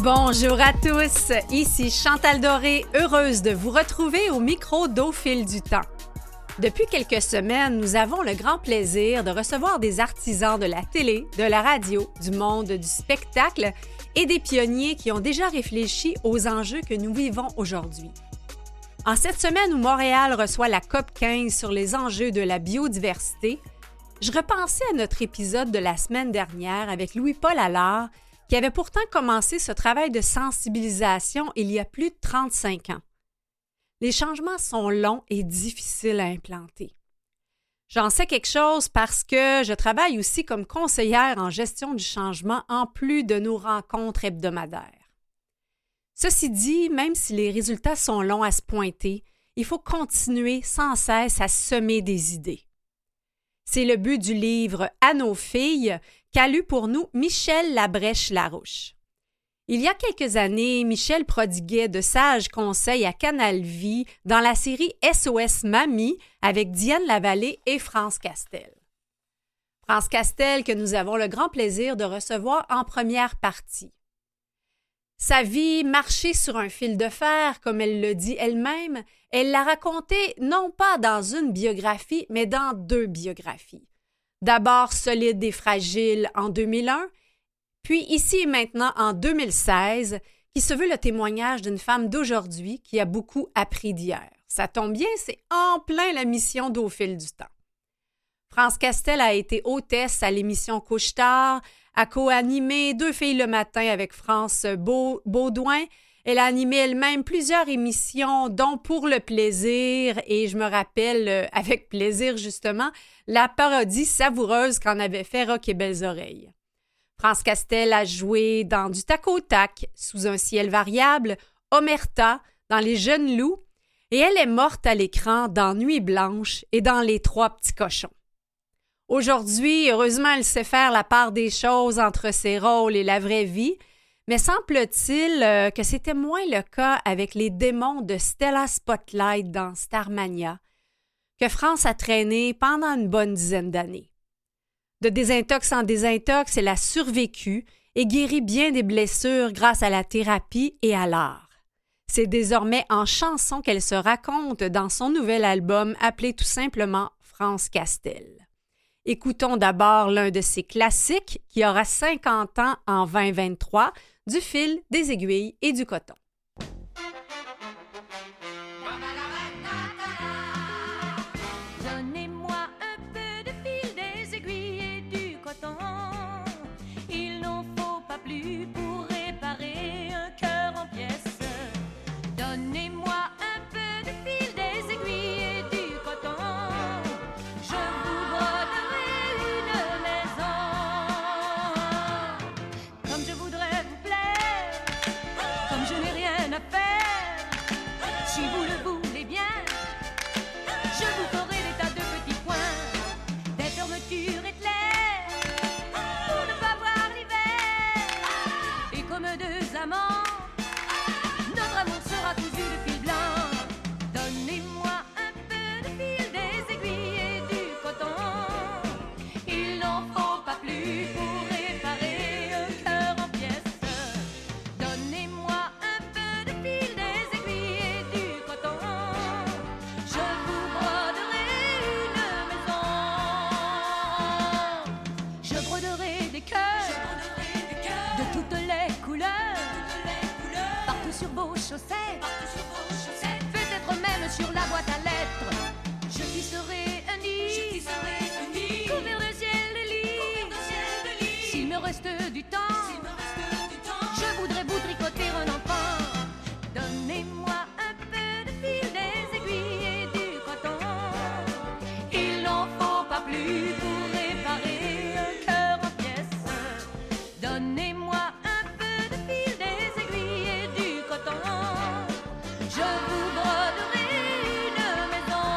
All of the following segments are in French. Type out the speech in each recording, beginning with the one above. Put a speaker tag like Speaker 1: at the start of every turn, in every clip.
Speaker 1: Bonjour à tous, ici Chantal Doré, heureuse de vous retrouver au micro d'Au fil du temps. Depuis quelques semaines, nous avons le grand plaisir de recevoir des artisans de la télé, de la radio, du monde du spectacle et des pionniers qui ont déjà réfléchi aux enjeux que nous vivons aujourd'hui. En cette semaine où Montréal reçoit la COP 15 sur les enjeux de la biodiversité, je repensais à notre épisode de la semaine dernière avec Louis-Paul Allard, qui avait pourtant commencé ce travail de sensibilisation il y a plus de 35 ans. Les changements sont longs et difficiles à implanter. J'en sais quelque chose parce que je travaille aussi comme conseillère en gestion du changement en plus de nos rencontres hebdomadaires. Ceci dit, même si les résultats sont longs à se pointer, il faut continuer sans cesse à semer des idées. C'est le but du livre « À nos filles » qu'a lu pour nous Michel Labrèche-Larouche. Il y a quelques années, Michel prodiguait de sages conseils à Canal Vie dans la série SOS Mamie avec Diane Lavallée et France Castel. France Castel que nous avons le grand plaisir de recevoir en première partie. Sa vie marchée sur un fil de fer, comme elle le dit elle-même, elle l'a racontée non pas dans une biographie, mais dans deux biographies. D'abord Solide et fragile en 2001, puis Ici et maintenant en 2016, qui se veut le témoignage d'une femme d'aujourd'hui qui a beaucoup appris d'hier. Ça tombe bien, c'est en plein la mission d'Au fil du temps. France Castel a été hôtesse à l'émission Couche-Tard, a co-animé Deux filles le matin avec France Baudouin. Elle a animé elle-même plusieurs émissions, dont Pour le plaisir, et je me rappelle, avec plaisir justement, la parodie savoureuse qu'en avait fait Rock et Belles Oreilles. France Castel a joué dans Du tac au tac, Sous un ciel variable, Omerta, dans Les jeunes loups, et elle est morte à l'écran dans Nuit blanche et dans Les trois petits cochons. Aujourd'hui, heureusement, elle sait faire la part des choses entre ses rôles et la vraie vie, mais semble-t-il que c'était moins le cas avec les démons de Stella Spotlight dans Starmania, que France a traîné pendant une bonne dizaine d'années. De désintox en désintox, elle a survécu et guéri bien des blessures grâce à la thérapie et à l'art. C'est désormais en chanson qu'elle se raconte dans son nouvel album appelé tout simplement France Castel. Écoutons d'abord l'un de ses classiques qui aura 50 ans en 2023, Du fil, des aiguilles et du coton.
Speaker 2: Donnez-moi un peu de fil, des aiguilles et du coton. Il n'en faut pas plus pour réparer un cœur en pièces. Donnez-moi un peu de fil, des aiguilles et du coton. Je vous broderai une maison. Comme je voudrais vous plaire, comme je n'ai rien à faire. Si vous le voulez bien, je vous ferai des tas de petits points, des fermetures éclairs, pour ne pas voir l'hiver. Et comme deux amants, notre amour sera cousu de fil blanc. Donnez-moi un peu de fil, des aiguilles et du coton. Il n'en faut pas plus pour réparer un cœur en pièces. Donnez-moi un peu de fil, des aiguilles et du coton. Je vous broderai une maison. Je broderai des cœurs de toutes les couleurs, partout sur vos chaussettes, peut-être même sur la boîte à lettres. Je tisserai un nid, couvert de ciel de lit. S'il me reste du temps, je voudrais vous tricoter un enfant. Donnez-moi un peu de fil, des aiguilles et du coton. Il n'en faut pas plus pour réparer un cœur en pièces. Donnez-moi un peu de fil, des aiguilles et du coton. Je vous broderai une maison.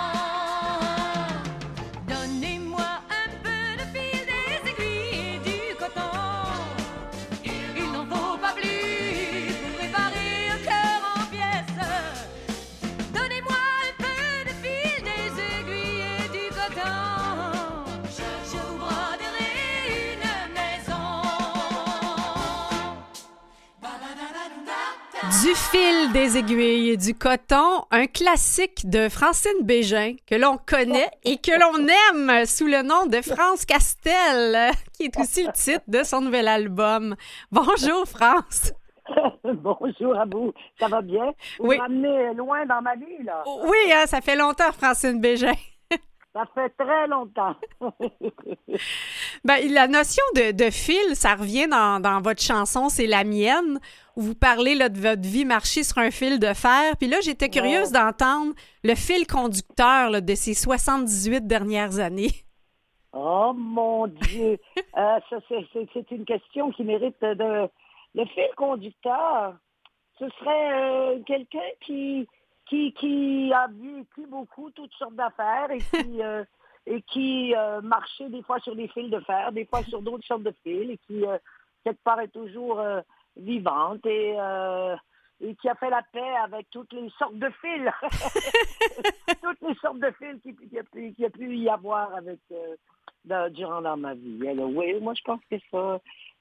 Speaker 2: Donnez-moi un peu de fil, des aiguilles et du coton. Il n'en faut pas plus pour réparer un cœur en pièces. Donnez-moi un peu de fil, des aiguilles et du coton. Je vous broderai une maison.
Speaker 1: Du fil, des aiguilles et du coton, un classique de Francine Bégin que l'on connaît et que l'on aime sous le nom de France Castel, qui est aussi le titre de son nouvel album. Bonjour France.
Speaker 3: Bonjour à vous. Ça va bien? Vous
Speaker 1: Oui.
Speaker 3: m'amenez loin dans ma vie, là.
Speaker 1: Oui, hein, ça fait longtemps, Francine Bégin.
Speaker 3: Ça fait très longtemps.
Speaker 1: Ben, la notion de fil, ça revient dans votre chanson « C'est la mienne », où vous parlez là, de votre vie marcher sur un fil de fer. Puis là, j'étais curieuse d'entendre le fil conducteur là, de ces 78 dernières années.
Speaker 3: Oh, mon Dieu! Ça, c'est une question qui mérite de... Le fil conducteur, ce serait quelqu'un qui a vécu beaucoup, toutes sortes d'affaires et qui marchait des fois sur des fils de fer, des fois sur d'autres sortes de fils et qui, quelque part, est toujours vivante et qui a fait la paix avec toutes les sortes de fils. Toutes les sortes de fils qu'il y a pu y avoir avec durant dans ma vie. Alors, oui, moi, je pense que ça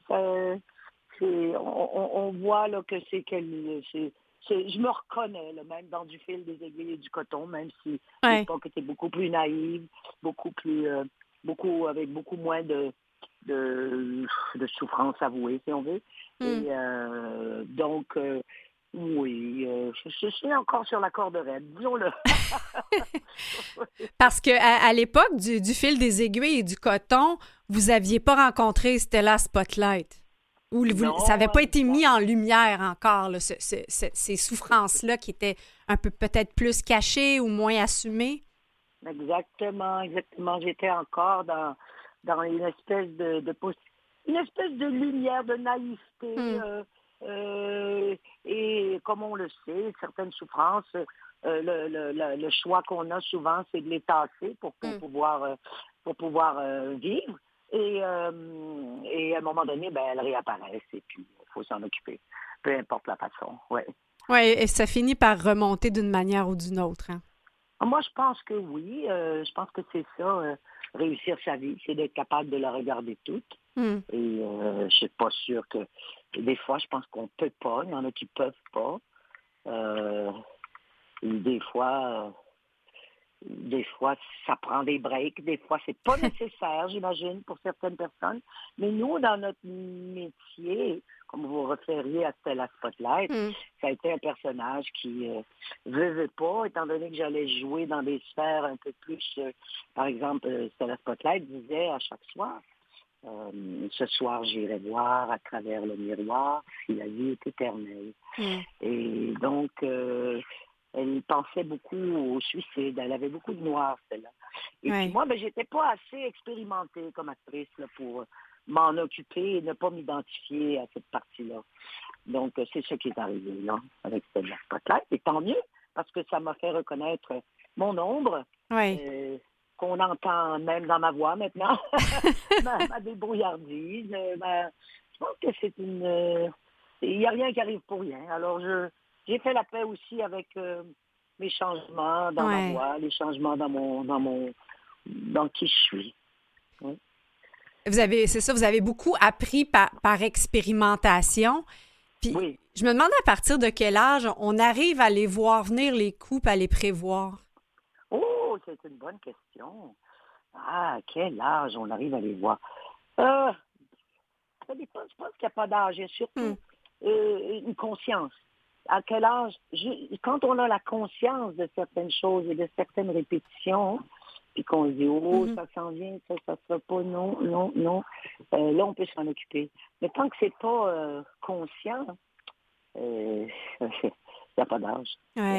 Speaker 3: on voit là, que je me reconnais là, même dans du fil, des aiguilles et du coton, même si l'époque était beaucoup plus naïve, avec beaucoup moins de souffrance avouée, si on veut. Et donc, oui, je suis encore sur la corde raide, disons-le.
Speaker 1: Parce qu'à l'époque du fil, des aiguilles et du coton, vous n'aviez pas rencontré Stella Spotlight. Ou ça n'avait pas été mis en lumière encore, là, ces souffrances-là qui étaient un peu peut-être plus cachées ou moins assumées.
Speaker 3: Exactement. J'étais encore dans une espèce une espèce de lumière, de naïveté. Et comme on le sait, certaines souffrances, le choix qu'on a souvent, c'est de les tasser pour pouvoir vivre. Et à un moment donné, elles réapparaissent et puis il faut s'en occuper, peu importe la façon. Oui,
Speaker 1: et ça finit par remonter d'une manière ou d'une autre. Hein?
Speaker 3: Moi, je pense que oui. Je pense que c'est ça, réussir sa vie, c'est d'être capable de la regarder toute. Et je suis pas sûre que... Des fois, je pense qu'on peut pas. Il y en a qui peuvent pas. Des fois, ça prend des breaks. Des fois, c'est pas nécessaire, j'imagine, pour certaines personnes. Mais nous, dans notre métier, comme vous refériez à Stella Spotlight, ça a été un personnage qui veut pas, étant donné que j'allais jouer dans des sphères un peu plus... par exemple, Stella Spotlight disait à chaque soir, ce soir, j'irai voir à travers le miroir si la vie est éternelle. Et donc... elle pensait beaucoup au suicide. Elle avait beaucoup de noir, celle-là. Et puis moi, j'étais pas assez expérimentée comme actrice là, pour m'en occuper et ne pas m'identifier à cette partie-là. Donc, c'est ce qui est arrivé là, avec Stella Spotlight. Et tant mieux, parce que ça m'a fait reconnaître mon ombre, qu'on entend même dans ma voix maintenant, ma débrouillardise. Je pense que c'est il n'y a rien qui arrive pour rien. Alors, j'ai fait la paix aussi avec mes changements dans ma voix, les changements dans qui je suis. Oui.
Speaker 1: Vous avez beaucoup appris par expérimentation. Puis je me demande à partir de quel âge on arrive à les voir venir les coups, à les prévoir.
Speaker 3: Oh, c'est une bonne question. À quel âge on arrive à les voir? Ça dépend, je pense qu'il n'y a pas d'âge. Il y a surtout une conscience. À quel âge? Quand on a la conscience de certaines choses et de certaines répétitions, puis qu'on se dit, ça s'en vient, ça ne sera pas, non. Là, on peut s'en occuper. Mais tant que c'est pas conscient, il n'y a pas d'âge.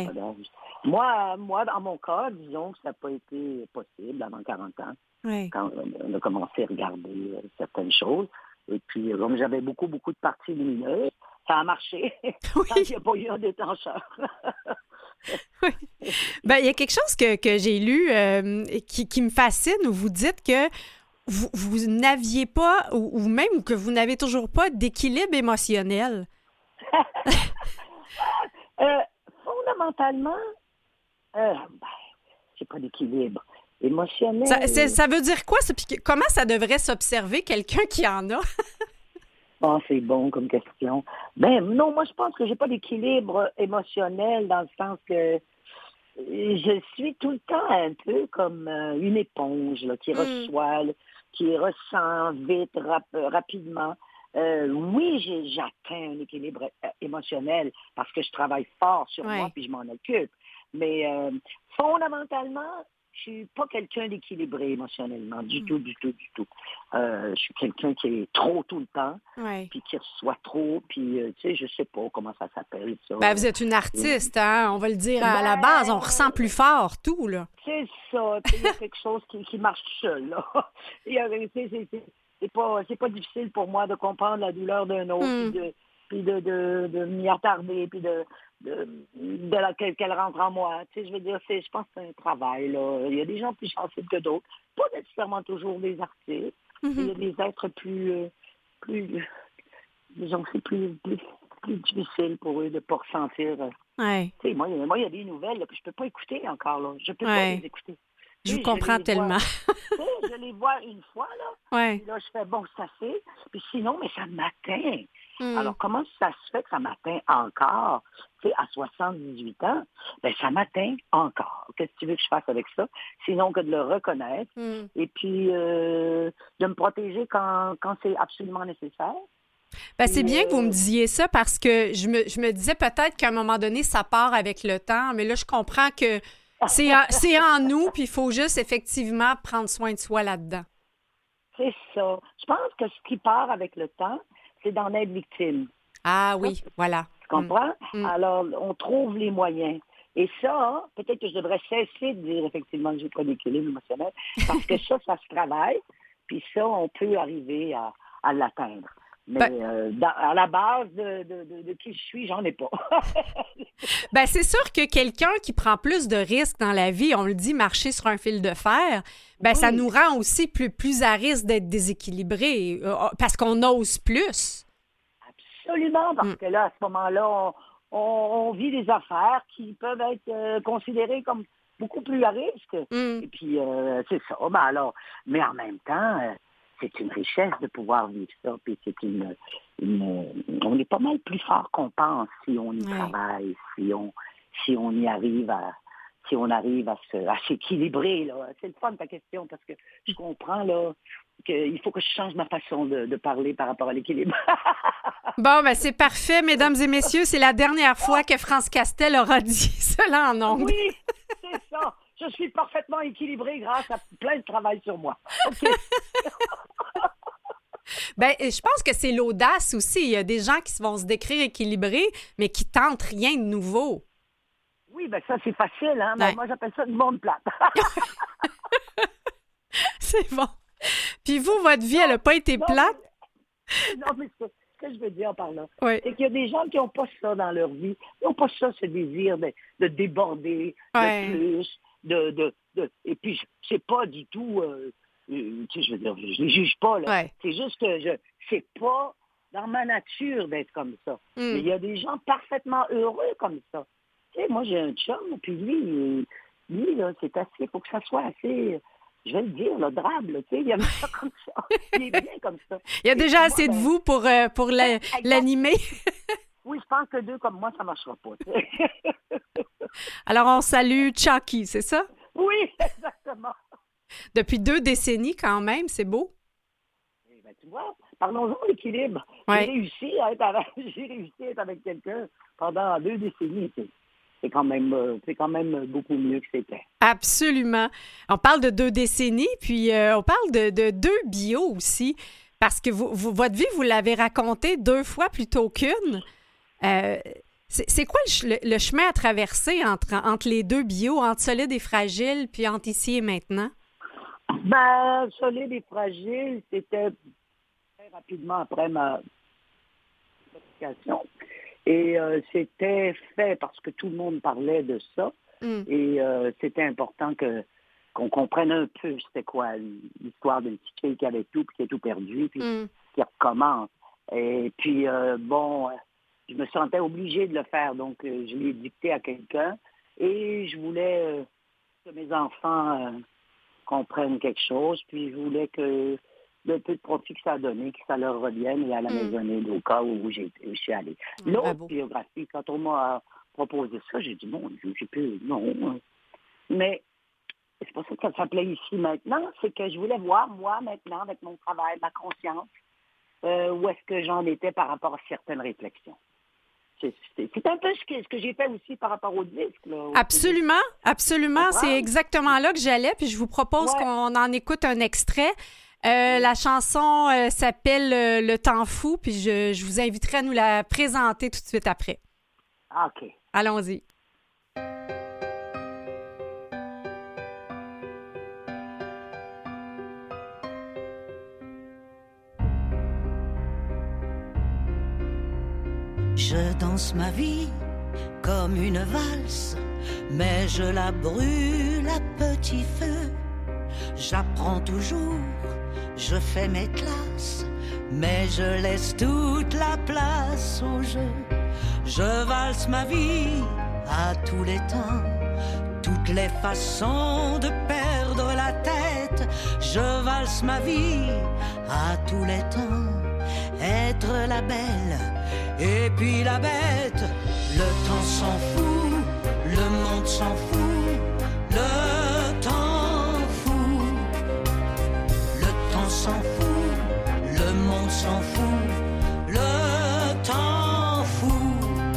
Speaker 3: Moi, dans mon cas, disons que ça n'a pas été possible avant 40 ans, quand on a commencé à regarder certaines choses. Et puis, comme j'avais beaucoup de parties lumineuses, ça a marché. Il n'y a pas eu un déclencheur.
Speaker 1: Il y a quelque chose que j'ai lu qui me fascine, où vous dites que vous n'aviez pas, ou même que vous n'avez toujours pas d'équilibre émotionnel.
Speaker 3: Fondamentalement, c'est pas d'équilibre émotionnel.
Speaker 1: Ça veut dire quoi, ça? Puis comment ça devrait s'observer quelqu'un qui en a?
Speaker 3: Ah, c'est bon comme question. Ben non, moi je pense que j'ai pas d'équilibre émotionnel dans le sens que je suis tout le temps un peu comme une éponge là, qui
Speaker 1: Hmm.
Speaker 3: reçoit, là, qui ressent vite, rapidement. Oui, j'atteins un équilibre émotionnel parce que je travaille fort sur moi
Speaker 1: Ouais.
Speaker 3: puis je m'en occupe. Mais fondamentalement, je suis pas quelqu'un d'équilibré émotionnellement, du
Speaker 1: Hmm.
Speaker 3: tout, du tout, du tout. Je suis quelqu'un qui est trop tout le temps,
Speaker 1: Ouais.
Speaker 3: puis qui reçoit trop, puis tu sais, je sais pas comment ça s'appelle ça.
Speaker 1: Ben, vous êtes une
Speaker 3: Euh,
Speaker 1: artiste, hein? On va le dire à la base, on ressent
Speaker 3: ben,
Speaker 1: plus fort tout, là.
Speaker 3: c'est ça. Tu sais, il y a quelque chose qui marche tout seul, là. Il y a- c'est pas difficile pour moi de comprendre la douleur d'un autre,
Speaker 1: Hmm.
Speaker 3: puis de m'y attarder, puis qu'elle rentre en moi. Tu sais, je veux dire, je pense que c'est un travail, là. Il y a des gens plus sensibles que d'autres. Pas nécessairement toujours des artistes. Il
Speaker 1: Mhm.
Speaker 3: y a des êtres plus, disons que c'est plus difficile pour eux de ne pas ressentir.
Speaker 1: Ouais.
Speaker 3: Tu sais, moi, il y a des nouvelles là, que je peux pas écouter encore, là. Je peux pas les
Speaker 1: Ouais.
Speaker 3: écouter.
Speaker 1: Je vous
Speaker 3: Tu sais, je
Speaker 1: comprends
Speaker 3: les vois,
Speaker 1: tellement.
Speaker 3: tu sais, je les vois une fois, là,
Speaker 1: Ouais.
Speaker 3: puis là, je fais, bon, ça fait. Puis sinon, mais ça m'atteint.
Speaker 1: Hmm.
Speaker 3: Alors, comment ça se fait que ça m'atteint encore? Tu sais, à 78 ans, ben ça m'atteint encore. Qu'est-ce que tu veux que je fasse avec ça? Sinon que de le reconnaître
Speaker 1: Hmm.
Speaker 3: et puis de me protéger quand c'est absolument nécessaire.
Speaker 1: Ben, c'est
Speaker 3: Puis,
Speaker 1: bien que vous me disiez ça parce que je me disais peut-être qu'à un moment donné, ça part avec le temps, mais là, je comprends que c'est en nous, puis il faut juste effectivement prendre soin de soi là-dedans.
Speaker 3: c'est ça. Je pense que ce qui part avec le temps, c'est d'en être victime.
Speaker 1: Ah
Speaker 3: Ça,
Speaker 1: oui, voilà.
Speaker 3: tu
Speaker 1: Hmm.
Speaker 3: comprends?
Speaker 1: Hmm.
Speaker 3: Alors, on trouve les moyens. Et ça, peut-être que je devrais cesser de dire effectivement que j'ai pas d'équilibre émotionnel, parce que ça se travaille, puis ça, on peut arriver à l'atteindre. Mais
Speaker 1: Ben,
Speaker 3: à la base de qui je suis, j'en ai pas.
Speaker 1: ben, c'est sûr que quelqu'un qui prend plus de risques dans la vie, on le dit, marcher sur un fil de fer, ben, ça
Speaker 3: Oui,
Speaker 1: nous rend aussi plus à risque d'être déséquilibrés parce qu'on ose plus.
Speaker 3: absolument, parce
Speaker 1: Hmm.
Speaker 3: que là, à ce moment-là, on vit des affaires qui peuvent être considérées comme beaucoup plus à risque.
Speaker 1: Hmm.
Speaker 3: Et puis, c'est ça. Ben alors, mais en même temps, c'est une richesse de pouvoir vivre ça. Puis c'est on est pas mal plus fort qu'on pense si on y
Speaker 1: Ouais.
Speaker 3: travaille, si on y arrive si on arrive à s'équilibrer, là. C'est le fun ta question parce que je comprends, là, qu'il faut que je change ma façon de parler par rapport à l'équilibre.
Speaker 1: Bon, ben c'est parfait, mesdames et messieurs. C'est la dernière fois que France Castel aura dit cela en ondes.
Speaker 3: Oui, c'est ça. Je suis parfaitement équilibrée grâce à plein de travail sur moi. OK.
Speaker 1: Ben, je pense que c'est l'audace aussi. Il y a des gens qui vont se décrire équilibrés, mais qui tentent rien de nouveau.
Speaker 3: Oui, ben ça, c'est facile, hein. Ben,
Speaker 1: Ouais.
Speaker 3: moi, j'appelle ça du monde plate.
Speaker 1: C'est bon. Puis vous, votre vie, elle n'a
Speaker 3: Non,
Speaker 1: pas été
Speaker 3: non,
Speaker 1: plate?
Speaker 3: non, mais ce que je veux dire par là,
Speaker 1: Oui.
Speaker 3: c'est qu'il y a des gens qui n'ont pas ça dans leur vie. Ils n'ont pas ça, ce désir de déborder, de
Speaker 1: Ouais.
Speaker 3: plus, et puis, c'est pas du tout, tu sais, je veux dire, je les juge pas, là.
Speaker 1: Ouais.
Speaker 3: C'est juste que c'est pas dans ma nature d'être comme ça. Mais
Speaker 1: Hmm.
Speaker 3: il y a des gens parfaitement heureux comme ça. Tu sais, moi, j'ai un chum, puis lui, là, c'est assez, il faut que ça soit assez, je vais le dire, là, drabe, là, tu sais, il aime ça comme ça. Il est bien comme ça.
Speaker 1: Il y a
Speaker 3: Et
Speaker 1: déjà
Speaker 3: moi,
Speaker 1: assez de
Speaker 3: ben,
Speaker 1: vous pour
Speaker 3: exact.
Speaker 1: l'animer.
Speaker 3: Oui, je pense que deux comme moi, ça ne marchera pas. Tu sais.
Speaker 1: Alors, on salue Chucky, c'est ça?
Speaker 3: Oui, exactement.
Speaker 1: Depuis 2 décennies quand même, c'est beau.
Speaker 3: Eh ben, tu vois, parlons-en d'équilibre. J'ai
Speaker 1: Ouais.
Speaker 3: réussi à être j'ai réussi à être avec quelqu'un pendant 2 décennies. C'est quand même beaucoup mieux que c'était.
Speaker 1: Absolument. On parle de 2 décennies, puis on parle de 2 bios aussi, parce que votre vie, vous l'avez racontée 2 fois plutôt qu'une. Euh, c'est quoi le chemin à traverser entre les 2 bios, entre solide et fragile, puis entre ici et maintenant?
Speaker 3: Ben, solide et fragile, c'était très rapidement après ma application. Et c'était fait parce que tout le monde parlait de ça.
Speaker 1: Hmm.
Speaker 3: Et c'était important qu'on comprenne un peu c'était quoi l'histoire d'une petite fille qui avait tout, puis qui a tout perdu, puis
Speaker 1: Hmm.
Speaker 3: qui recommence. Et puis, je me sentais obligée de le faire. Donc, je l'ai dicté à quelqu'un. Et je voulais que mes enfants comprennent quelque chose. Puis, je voulais que le peu de profit que ça a donné, que ça leur revienne et à la maisonnée au cas où je suis allée. L'autre biographie, quand on m'a proposé ça, j'ai dit, bon, j'ai plus, non. Mais c'est pour ça que ça s'appelait Ici maintenant, c'est que je voulais voir, moi, maintenant, avec mon travail, ma conscience, où est-ce que j'en étais par rapport à certaines réflexions. C'est un peu ce que j'ai fait aussi par rapport au disque. Là,
Speaker 1: Absolument. C'est exactement là que j'allais. Puis je vous propose qu'on en écoute un extrait. La chanson s'appelle Le temps fou. Puis je vous inviterai à nous la présenter tout de suite après.
Speaker 3: OK.
Speaker 1: Allons-y.
Speaker 4: Je danse ma vie comme une valse, mais je la brûle à petit feu. J'apprends toujours, je fais mes classes, mais je laisse toute la place au jeu. Je valse ma vie à tous les temps, toutes les façons de perdre la tête. Je valse ma vie à tous les temps, être la belle et puis la bête. Le temps s'en fout, le monde s'en fout, le temps fou. Le temps s'en fout, le monde s'en fout, le temps fou.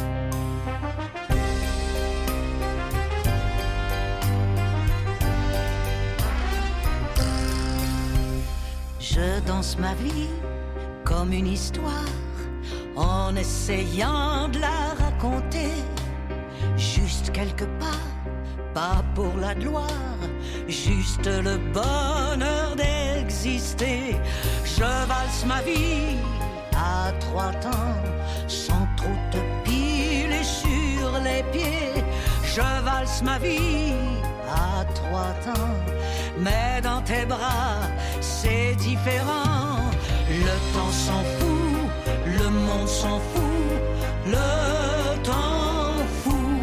Speaker 4: Je danse ma vie comme une histoire, en essayant de la raconter, juste quelque part, pas pour la gloire, juste le bonheur d'exister. Je valse ma vie à 3 temps, sans trop te piler sur les pieds. Je valse ma vie à 3 temps, mais dans tes bras, c'est différent. Le temps s'en fout, le monde s'en fout, le temps fou.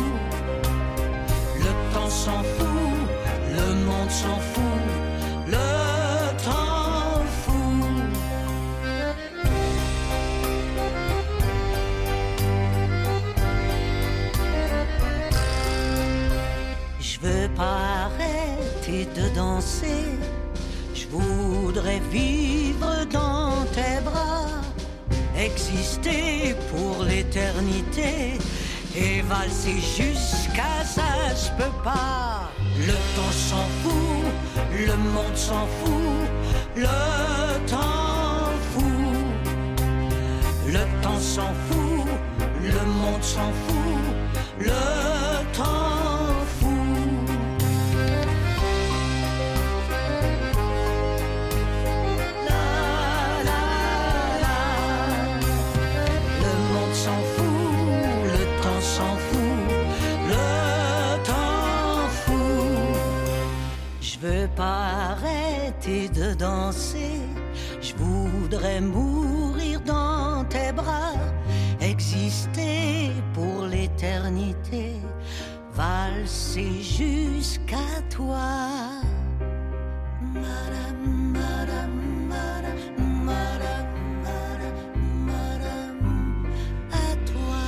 Speaker 4: Le temps s'en fout, le monde s'en fout, le temps fou. Je veux pas arrêter de danser, je voudrais vivre dans tes bras, exister pour l'éternité et valser jusqu'à ça, je peux pas. Le temps s'en fout, le monde s'en fout, le temps fou. Le temps s'en fout, le monde s'en fout, le temps fou. Je veux pas arrêter de danser, je voudrais mourir dans tes bras, exister pour l'éternité, valser jusqu'à toi. Madame, madame, madame, madame, madame, madame, à toi.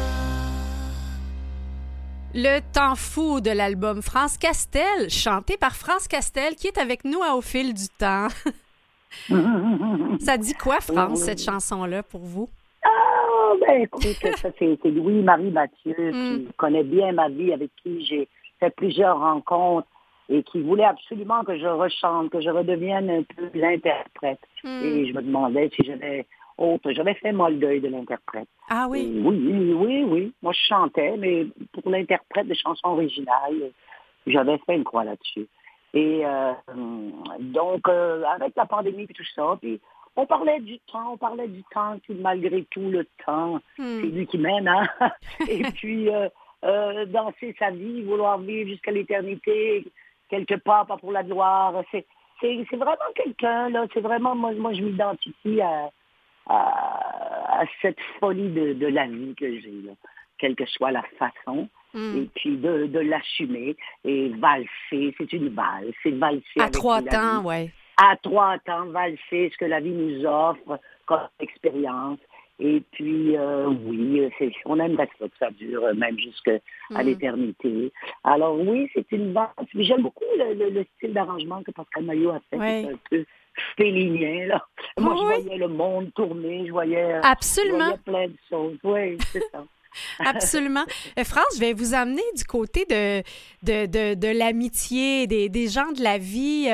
Speaker 1: Le temps fou de l'album France Castel, chanté par France Castel, qui est avec nous Au fil du temps. Ça dit quoi, France, cette chanson-là, pour vous?
Speaker 3: Ah, ben écoute, ça c'est Louis-Marie Mathieu, qui connaît bien ma vie, avec qui j'ai fait plusieurs rencontres et qui voulait absolument que je rechante, que je redevienne un peu l'interprète. Et je me demandais si j'avais fait moi le deuil de l'interprète.
Speaker 1: Ah oui?
Speaker 3: Et oui. Moi, je chantais, mais pour l'interprète de chansons originales, j'avais fait une croix là-dessus. Et donc, avec la pandémie et tout ça, puis on parlait du temps, puis malgré tout, le temps, c'est lui qui mène, hein? Et puis, danser sa vie, vouloir vivre jusqu'à l'éternité, quelque part, pas pour la gloire. C'est vraiment quelqu'un, là, c'est vraiment, moi je m'identifie à cette folie de la vie que j'ai, là, quelle que soit la façon, et puis de l'assumer et valser, c'est une valse, c'est valser
Speaker 1: à
Speaker 3: avec
Speaker 1: 3
Speaker 3: la
Speaker 1: temps,
Speaker 3: vie.
Speaker 1: ouais.
Speaker 3: à 3 temps, valser ce que la vie nous offre comme expérience. Et puis, oui, on aimerait ça que ça dure, même jusqu'à l'éternité. Alors oui, c'est une valse. Mais j'aime beaucoup le style d'arrangement que Pascal Maillot a fait.
Speaker 1: Ouais.
Speaker 3: C'est un peu félinien, là. Moi, je
Speaker 1: Oui.
Speaker 3: voyais le monde tourner, je voyais
Speaker 1: Absolument.
Speaker 3: plein de choses. Oui, c'est ça.
Speaker 1: Absolument. France, je vais vous amener du côté de l'amitié, des gens de la vie.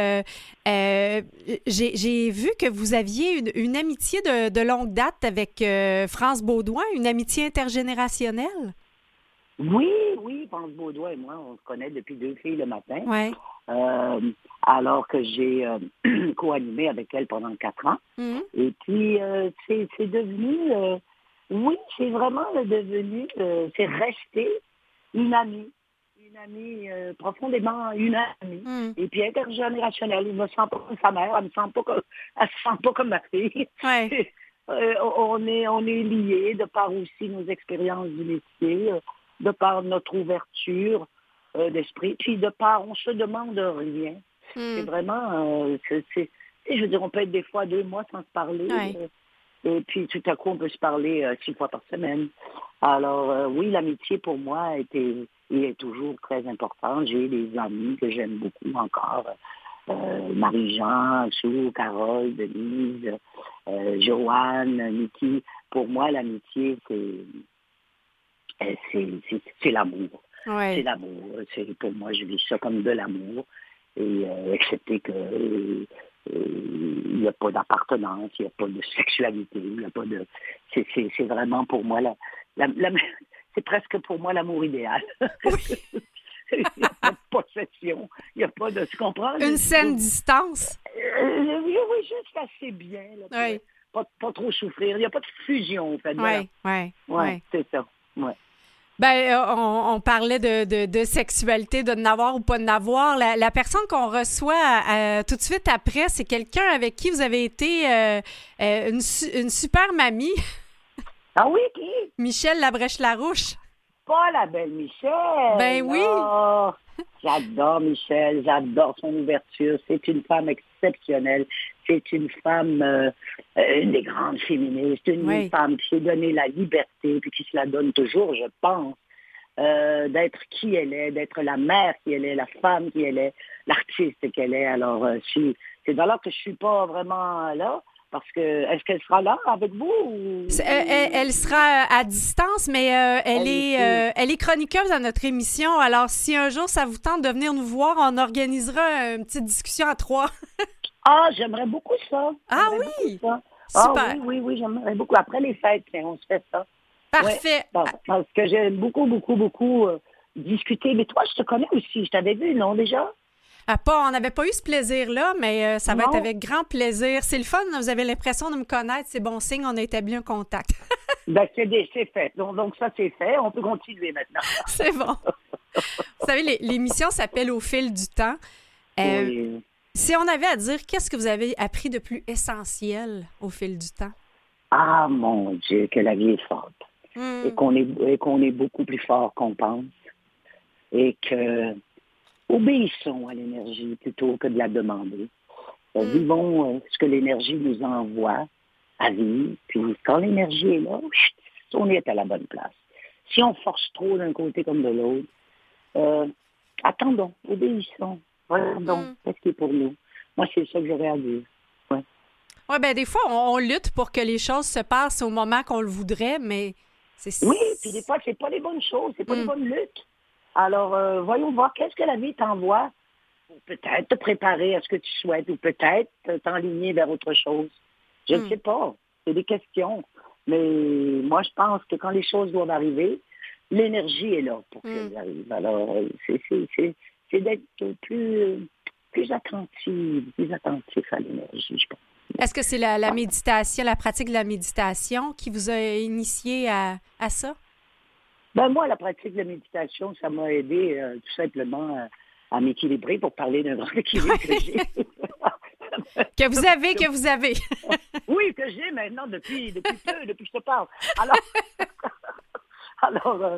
Speaker 1: J'ai vu que vous aviez une amitié de longue date avec France Baudouin, une amitié intergénérationnelle.
Speaker 3: Oui, France Baudouin et moi, on se connaît depuis 2 filles le matin.
Speaker 1: Ouais.
Speaker 3: Alors que j'ai co-animé avec elle pendant 4 ans. Et puis, c'est devenu... oui, c'est vraiment devenu... c'est resté une amie. Une amie, profondément une amie. Et puis intergénérationnelle. Elle me sent pas comme sa mère, elle se sent pas comme ma fille.
Speaker 1: Ouais.
Speaker 3: On est liés de par aussi nos expériences du métier, de par notre ouverture d'esprit, puis de par, on se demande rien. C'est vraiment, je veux dire, on peut être des fois 2 mois sans se parler, et puis tout à coup, on peut se parler 6 fois par semaine. Alors, oui, l'amitié pour moi est toujours très importante. J'ai des amis que j'aime beaucoup encore. Marie-Jean, Sue, Carole, Denise, Joanne, Niki. Pour moi, l'amitié, c'est l'amour.
Speaker 1: Ouais.
Speaker 3: C'est l'amour. Pour moi, je vis ça comme de l'amour. Et accepter que il n'y a pas d'appartenance, il n'y a pas de sexualité, il n'y a pas de... C'est vraiment pour moi, c'est presque pour moi l'amour idéal.
Speaker 1: Oui.
Speaker 3: Il n'y a pas de possession, il n'y a pas de... Tu comprends?
Speaker 1: Une saine distance.
Speaker 3: Oui, juste assez bien. Là,
Speaker 1: Oui.
Speaker 3: Pas trop souffrir. Il n'y a pas de fusion, en fait.
Speaker 1: Oui.
Speaker 3: C'est ça. Ouais.
Speaker 1: Ben, on parlait de sexualité, de n'avoir ou pas de n'avoir. La personne qu'on reçoit tout de suite après, c'est quelqu'un avec qui vous avez été une super mamie.
Speaker 3: Ah oui, qui?
Speaker 1: Michel Labrèche-Larouche.
Speaker 3: Pas la belle Michel.
Speaker 1: Ben oui.
Speaker 3: Oh, j'adore Michel, j'adore son ouverture. C'est une femme exceptionnelle. C'est une femme, une des grandes féministes, une femme qui s'est donné la liberté, puis qui se la donne toujours, je pense, d'être qui elle est, d'être la mère qui elle est, la femme qui elle est, l'artiste qu'elle est. Alors, c'est alors que je suis pas vraiment là. Parce que, est-ce qu'elle sera là avec vous? Ou...
Speaker 1: Elle sera à distance, mais elle est chroniqueuse à notre émission. Alors, si un jour ça vous tente de venir nous voir, on organisera une petite discussion à 3.
Speaker 3: Ah, j'aimerais beaucoup ça.
Speaker 1: Ah oui?
Speaker 3: Ça.
Speaker 1: Super.
Speaker 3: Ah, oui, j'aimerais beaucoup. Après les fêtes, on se fait ça.
Speaker 1: Parfait.
Speaker 3: Ouais, parce que j'aime beaucoup discuter. Mais toi, je te connais aussi. Je t'avais vu, non, déjà?
Speaker 1: On n'avait pas eu ce plaisir-là, mais ça va être avec grand plaisir. C'est le fun, vous avez l'impression de me connaître, c'est bon signe, on a établi un contact.
Speaker 3: Ben, c'est fait. Donc ça, c'est fait. On peut continuer maintenant.
Speaker 1: C'est bon. Vous savez, l'émission s'appelle Au fil du temps.
Speaker 3: Oui.
Speaker 1: Si on avait à dire, qu'est-ce que vous avez appris de plus essentiel au fil du temps?
Speaker 3: Ah, mon Dieu, que la vie est forte. Et qu'on est beaucoup plus fort qu'on pense. Et que... obéissons à l'énergie plutôt que de la demander. Vivons ce que l'énergie nous envoie à vivre. Puis quand l'énergie est là, on est à la bonne place. Si on force trop d'un côté comme de l'autre, attendons, obéissons. Regardons, qu'est-ce qui est pour nous. Moi, c'est ça que j'aurais à dire.
Speaker 1: Oui, bien, des fois, on lutte pour que les choses se passent au moment qu'on le voudrait, mais c'est...
Speaker 3: Oui, puis des fois, c'est pas les bonnes choses, c'est pas les bonnes luttes. Alors, voyons voir qu'est-ce que la vie t'envoie pour peut-être te préparer à ce que tu souhaites ou peut-être t'enligner vers autre chose. Je ne sais pas. C'est des questions. Mais moi, je pense que quand les choses doivent arriver, l'énergie est là pour qu'elles arrivent. Alors, c'est d'être plus attentif à l'énergie, je pense.
Speaker 1: Est-ce que c'est la méditation, la pratique de la méditation qui vous a initié à ça?
Speaker 3: Ben moi, la pratique de la méditation, ça m'a aidé tout simplement à m'équilibrer, pour parler d'un grand équilibre que j'ai.
Speaker 1: Que vous avez.
Speaker 3: Oui, que j'ai maintenant depuis que je te parle. Alors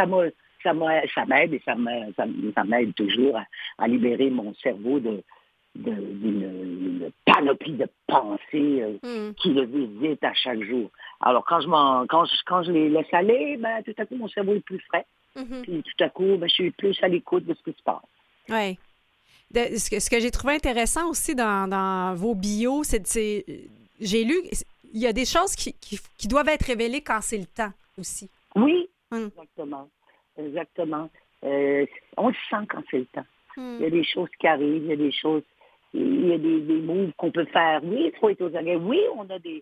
Speaker 3: ça m'aide et ça m'aide toujours à libérer mon cerveau de d'une panoplie de pensées qui le visitent à chaque jour. Alors, quand je les laisse aller, ben, tout à coup, mon cerveau est plus frais. Puis tout à coup, ben, je suis plus à l'écoute de ce qui se passe.
Speaker 1: Oui. Ce que j'ai trouvé intéressant aussi dans vos bios, c'est j'ai lu, il y a des choses qui doivent être révélées quand c'est le temps aussi.
Speaker 3: Oui, exactement. On le sent quand c'est le temps. Il y a des choses qui arrivent, il y a des moves qu'on peut faire. Oui, il faut être aux aguets. Oui, on a des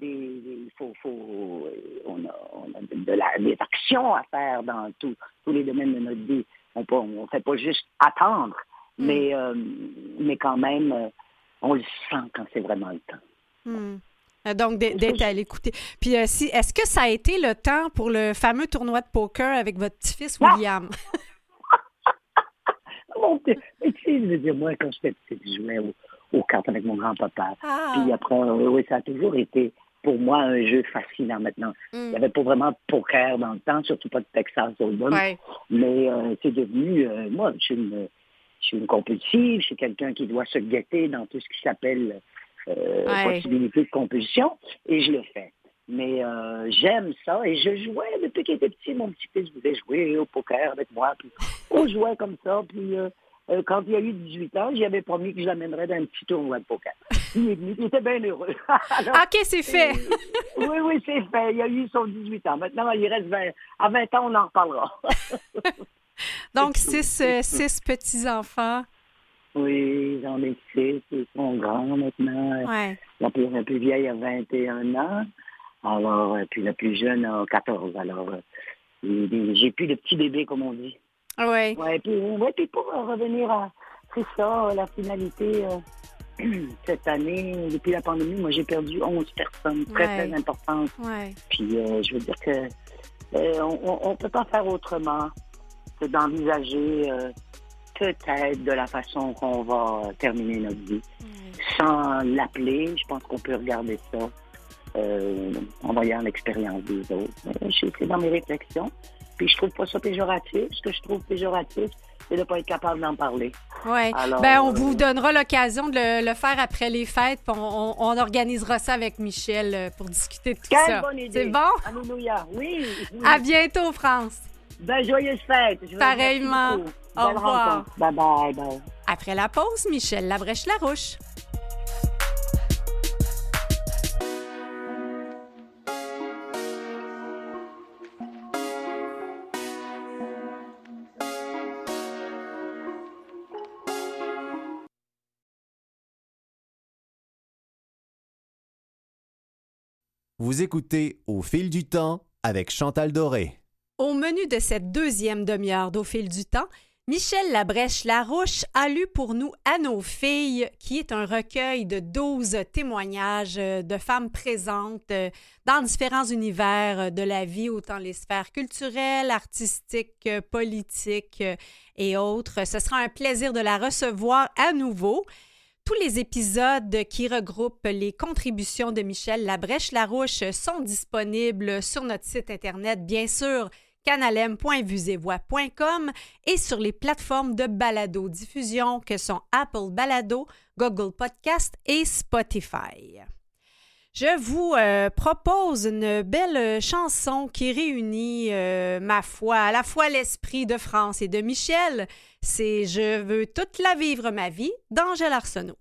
Speaker 3: actions à faire dans tous les domaines de notre vie. On ne fait pas juste attendre, mais quand même, on le sent quand c'est vraiment le temps.
Speaker 1: Donc, d'être à l'écouter. Puis, est-ce que ça a été le temps pour le fameux tournoi de poker avec votre petit-fils William?
Speaker 3: Mais tu sais, je veux dire, moi, quand j'étais petite, je jouais aux cartes avec mon grand-papa. Puis après, oui, ça a toujours été, pour moi, un jeu fascinant maintenant. Il n'y avait pas vraiment de poker dans le temps, surtout pas de Texas Hold'em. Ouais. Mais c'est devenu, moi, je suis une compulsive, je suis quelqu'un qui doit se guetter dans tout ce qui s'appelle possibilité de compulsion, et je le fais. Mais j'aime ça, et je jouais depuis qu'il était petit, mon petit-fils voulait jouer au poker avec moi, puis on jouait comme ça, puis quand il a eu 18 ans, j'y avais promis que je l'amènerais dans un petit tournoi de poker. Il est venu, il était bien heureux. Alors,
Speaker 1: OK, c'est fait.
Speaker 3: Oui, c'est fait. Il a eu son 18 ans. Maintenant, il reste 20. À 20 ans, on en reparlera.
Speaker 1: Donc, 6 petits-enfants.
Speaker 3: Oui, j'en ai 6. Ils sont grands maintenant.
Speaker 1: Ouais.
Speaker 3: La plus vieille a 21 ans. Alors, puis la plus jeune a 14. Alors, j'ai plus de petits bébés, comme on dit.
Speaker 1: Oui.
Speaker 3: Puis pour revenir à, c'est ça, la finalité, cette année, depuis la pandémie, moi, j'ai perdu 11 personnes très importantes. Ouais. Puis, je veux dire que on ne peut pas faire autrement que d'envisager peut-être de la façon qu'on va terminer notre vie. Sans l'appeler, je pense qu'on peut regarder ça en voyant l'expérience des autres. C'est dans mes réflexions. Puis je trouve pas ça péjoratif. Ce que je trouve péjoratif, c'est de ne pas être capable d'en parler. Oui.
Speaker 1: On vous donnera l'occasion de le faire après les fêtes. Puis on organisera ça avec Michel pour discuter de tout ça.
Speaker 3: Quelle bonne idée.
Speaker 1: C'est bon?
Speaker 3: Alléluia. Oui.
Speaker 1: À bientôt, France.
Speaker 3: Joyeuse fête.
Speaker 1: Pareillement. Au revoir.
Speaker 3: Bye.
Speaker 1: Après la pause, Michel Labrèche-Larouche.
Speaker 5: Vous écoutez Au fil du temps avec Chantal Doré.
Speaker 1: Au menu de cette deuxième demi-heure d'Au fil du temps, Michel Labrèche-Larouche a lu pour nous À nos filles, qui est un recueil de 12 témoignages de femmes présentes dans différents univers de la vie, autant les sphères culturelles, artistiques, politiques et autres. Ce sera un plaisir de la recevoir à nouveau. Tous les épisodes qui regroupent les contributions de Michel Labrèche-Larouche sont disponibles sur notre site Internet, bien sûr, canalem.vusevoix.com et sur les plateformes de balado-diffusion que sont Apple Balado, Google Podcast et Spotify. Je vous propose une belle chanson qui réunit, ma foi, à la fois l'esprit de France et de Michel. C'est « Je veux toute la vivre ma vie » d'Angèle Arsenault.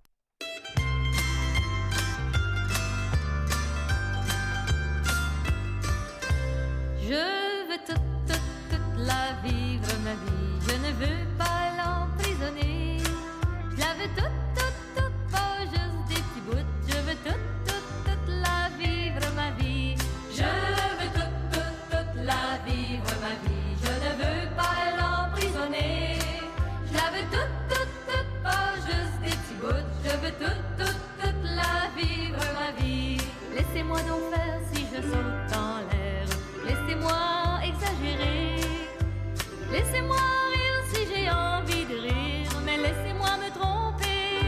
Speaker 2: Je veux toute la vivre ma vie. Je ne veux pas l'emprisonner. Je la veux toute, pas juste des petits bouts. Je veux toute la vivre ma vie. Je veux toute la vivre ma vie. Je ne veux pas l'emprisonner. Je la veux toute, pas juste des petits bouts. Je veux toute la vivre ma vie. Laissez-moi donc faire si je saute en l'air. Laissez-moi exagérer. Laissez-moi rire si j'ai envie de rire. Mais laissez-moi me tromper.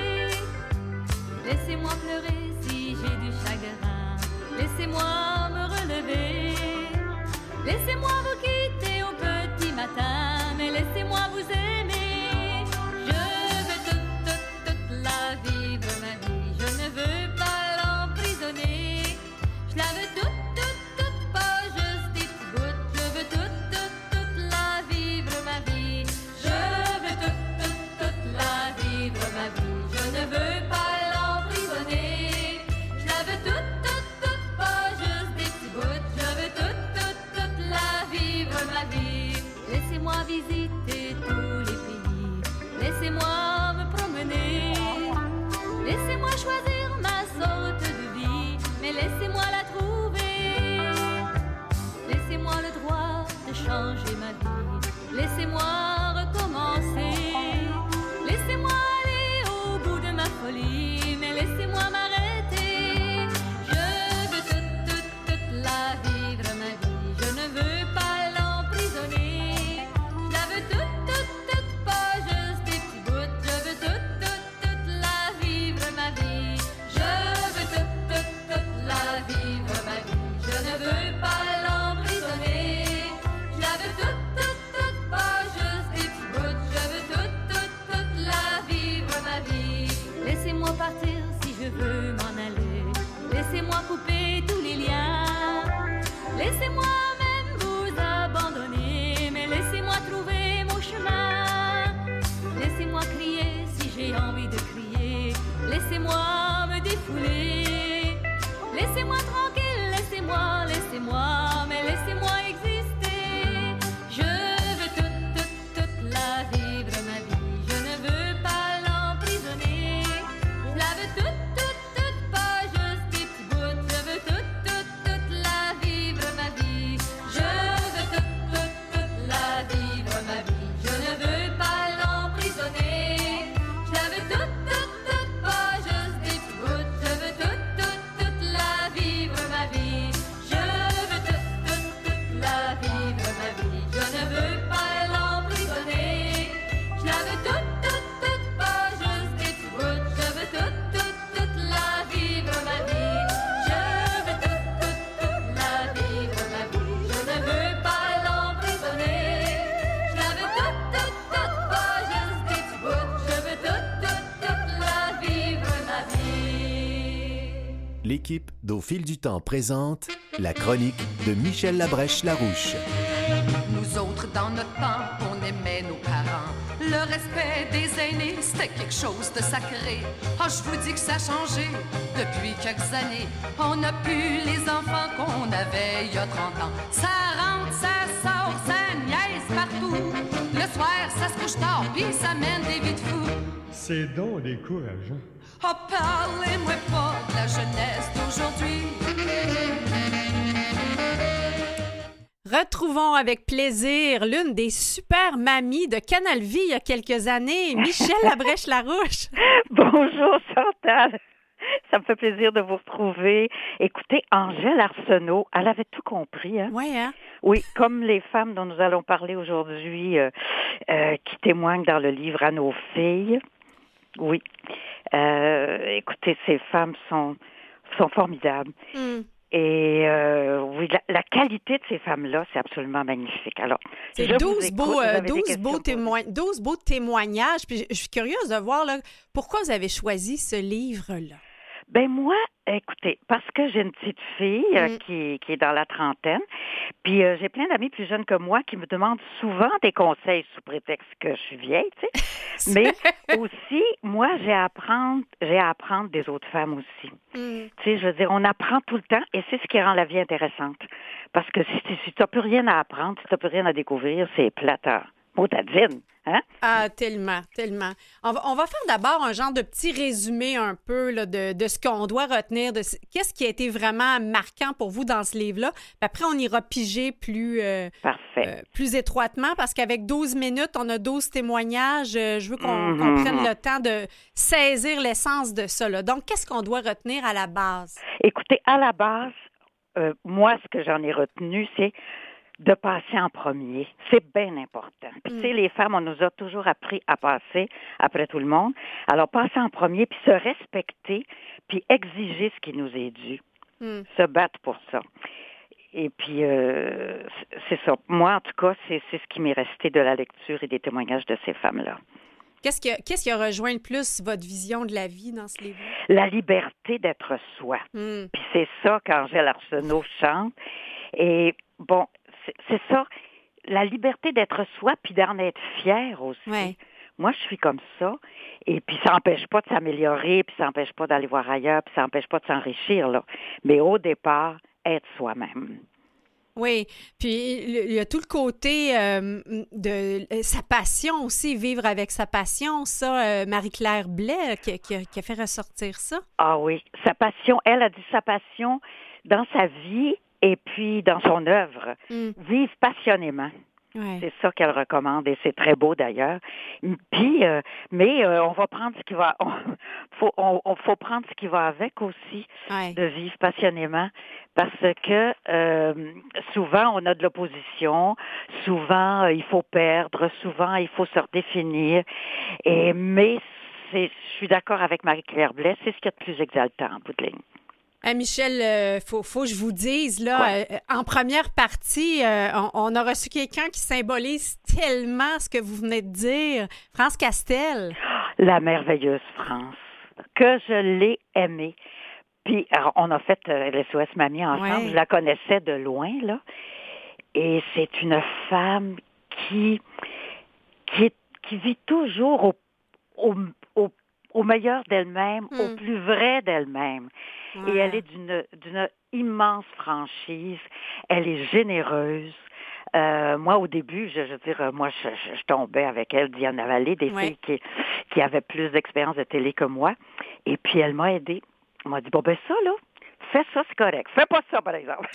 Speaker 2: folie, mais laissez-moi m'arrêter. Je veux toute la vivre ma vie. Je ne veux pas l'emprisonner. Je la veux toute, pas juste des petits bouts. Je veux toute la vivre ma vie. Je veux toute la vivre ma vie. Je ne veux pas l'emprisonner. Je la veux toute, pas juste des petits bouts. Je veux toute la vivre ma vie. Laissez-moi partir si je veux m'en aller. Laissez-moi couper tous les liens. Laissez-moi même vous abandonner. Mais laissez-moi trouver mon chemin. Laissez-moi crier si j'ai envie de crier. Laissez-moi me défouler. Laissez-moi tranquille, laissez-moi, mais laissez-moi exister. Je veux toute la vivre ma vie. Je ne veux pas l'emprisonner. Je la veux toute, pas juste des petits bouts. Je veux toute la vivre ma vie. Je veux toute la vivre ma vie. Je ne veux pas l'emprisonner. Je la veux toute, pas juste des petits bouts. Je veux toute la vivre ma vie. Je veux toute la vivre ma vie. Je ne veux pas l'emprisonner. Je la veux toute, pas juste des petits bouts. Je veux toute la vivre ma vie. Je veux toute la vivre ma vie. Je ne veux pas l'emprisonner. Je la veux toute, pas juste des petits bouts. Je veux toute la vivre ma vie.
Speaker 5: L'équipe d'Au fil du temps présente la chronique de Michel Labrèche-Larouche.
Speaker 6: Nous autres, dans notre temps, on aimait nos parents. Le respect des aînés, c'était quelque chose de sacré. Ah, je vous dis que ça a changé depuis quelques années. On n'a plus les enfants qu'on avait il y a 30 ans. Ça rentre, ça sort, ça niaise partout. Le soir, ça se couche tard, puis ça mène des vies de fous.
Speaker 7: C'est donc décourageant.
Speaker 6: Oh, parlez-moi pas de la jeunesse d'aujourd'hui.
Speaker 1: Retrouvons avec plaisir l'une des super mamies de Canal Vie il y a quelques années, Michel Labrèche-Larouche.
Speaker 8: Bonjour Chantal, ça me fait plaisir de vous retrouver. Écoutez, Angèle Arsenault, elle avait tout compris. Hein?
Speaker 1: Oui, hein?
Speaker 8: Oui, comme les femmes dont nous allons parler aujourd'hui, qui témoignent dans le livre À nos filles. Oui, écoutez, ces femmes sont formidables. Et oui, la qualité de ces femmes-là, c'est absolument magnifique. Alors,
Speaker 1: c'est 12 beaux témoignages. Puis je suis curieuse de voir là, pourquoi vous avez choisi ce livre-là.
Speaker 8: Ben moi, écoutez, parce que j'ai une petite fille qui est dans la trentaine, puis j'ai plein d'amis plus jeunes que moi qui me demandent souvent des conseils sous prétexte que je suis vieille, tu sais. Mais aussi, moi, j'ai à apprendre des autres femmes aussi. Tu sais, je veux dire, on apprend tout le temps et c'est ce qui rend la vie intéressante. Parce que si tu n'as plus rien à apprendre, si tu n'as plus rien à découvrir, c'est plateur. Motadine, hein?
Speaker 1: Ah, tellement. On va faire d'abord un genre de petit résumé un peu là, de ce qu'on doit retenir, qu'est-ce qui a été vraiment marquant pour vous dans ce livre-là. Puis après, on ira piger plus étroitement parce qu'avec 12 minutes, on a 12 témoignages. Je veux qu'on prenne le temps de saisir l'essence de ça, là. Donc, qu'est-ce qu'on doit retenir à la base?
Speaker 8: Écoutez, à la base, moi, ce que j'en ai retenu, c'est de passer en premier. C'est bien important. Puis, tu sais, les femmes, on nous a toujours appris à passer après tout le monde. Alors, passer en premier, puis se respecter, puis exiger ce qui nous est dû. Se battre pour ça. Et puis, c'est ça. Moi, en tout cas, c'est ce qui m'est resté de la lecture et des témoignages de ces femmes-là.
Speaker 1: Qu'est-ce qui a rejoint le plus votre vision de la vie dans ce livre?
Speaker 8: La liberté d'être soi. Puis c'est ça qu'Angèle Arsenault chante. Et bon, c'est ça, la liberté d'être soi, puis d'en être fière aussi. Ouais. Moi, je suis comme ça, et puis ça n'empêche pas de s'améliorer, puis ça n'empêche pas d'aller voir ailleurs, puis ça n'empêche pas de s'enrichir, là. Mais au départ, être soi-même.
Speaker 1: Oui, puis il y a tout le côté de sa passion aussi, vivre avec sa passion, ça, Marie-Claire Blais qui a fait ressortir ça.
Speaker 8: Ah oui, sa passion, elle a dit sa passion dans sa vie, et puis dans son œuvre, vivre passionnément.
Speaker 1: Ouais.
Speaker 8: C'est ça qu'elle recommande et c'est très beau d'ailleurs. Puis, mais on va prendre ce qui va, faut prendre ce qui va avec aussi,
Speaker 1: Ouais.
Speaker 8: de vivre passionnément, parce que souvent on a de l'opposition, souvent il faut perdre, souvent il faut se redéfinir. Mais je suis d'accord avec Marie-Claire Blais, c'est ce qu'il y a de plus exaltant en bout de ligne.
Speaker 1: Michel, faut que je vous dise, là, en première partie, on a reçu quelqu'un qui symbolise tellement ce que vous venez de dire. France Castel.
Speaker 8: La merveilleuse France, que je l'ai aimée. Puis, alors, on a fait l'SOS Mamie ensemble.
Speaker 1: Ouais.
Speaker 8: Je la connaissais de loin, là. Et c'est une femme qui vit toujours au meilleur d'elle-même, au plus vrai d'elle-même.
Speaker 1: Ouais.
Speaker 8: Et elle est d'une immense franchise. Elle est généreuse. Moi, au début, je veux dire, moi, je tombais avec elle, Diane Vallée, des filles qui avaient plus d'expérience de télé que moi. Et puis, elle m'a aidée. Elle m'a dit, bon, ben ça, là, fais ça, c'est correct. Fais pas ça, par exemple.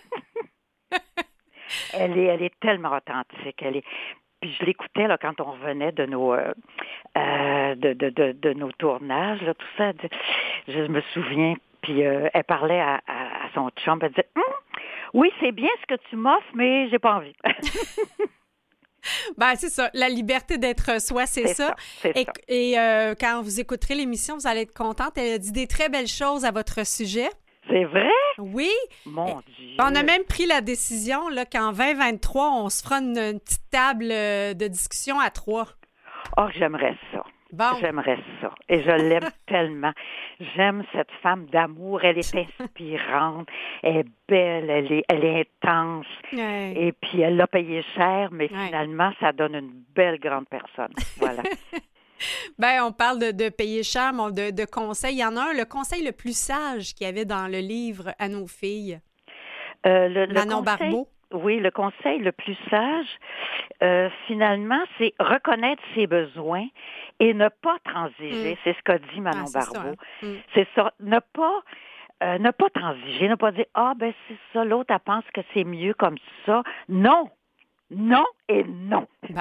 Speaker 8: Elle est tellement authentique. Puis je l'écoutais là quand on revenait de nos de nos tournages, là, tout ça. Je me souviens. Puis elle parlait à son chum. Elle disait, oui, c'est bien ce que tu m'offres, mais j'ai pas envie.
Speaker 1: Ben, c'est ça. La liberté d'être soi, c'est ça. Et quand vous écouterez l'émission, vous allez être contente. Elle a dit des très belles choses à votre sujet.
Speaker 8: C'est vrai?
Speaker 1: Oui.
Speaker 8: Mon Dieu.
Speaker 1: On a même pris la décision là, qu'en 2023, on se fera une petite table de discussion à 3.
Speaker 8: Oh, j'aimerais ça.
Speaker 1: Bon.
Speaker 8: J'aimerais ça. Et je l'aime tellement. J'aime cette femme d'amour. Elle est inspirante. Elle est belle. Elle est intense.
Speaker 1: Ouais.
Speaker 8: Et puis, elle l'a payé cher, mais finalement, ça donne une belle grande personne. Voilà.
Speaker 1: Ben, on parle de payer cher, mais de conseils. Il y en a un, le conseil le plus sage qu'il y avait dans le livre à nos filles. Manon Barbeau.
Speaker 8: Oui, le conseil le plus sage, finalement, c'est reconnaître ses besoins et ne pas transiger. C'est ce qu'a dit Manon Barbeau.
Speaker 1: Ça, hein?
Speaker 8: C'est ça. Ne pas transiger, ne pas dire, ben c'est ça, l'autre, elle pense que c'est mieux comme ça. Non. Non et non.
Speaker 1: Bon.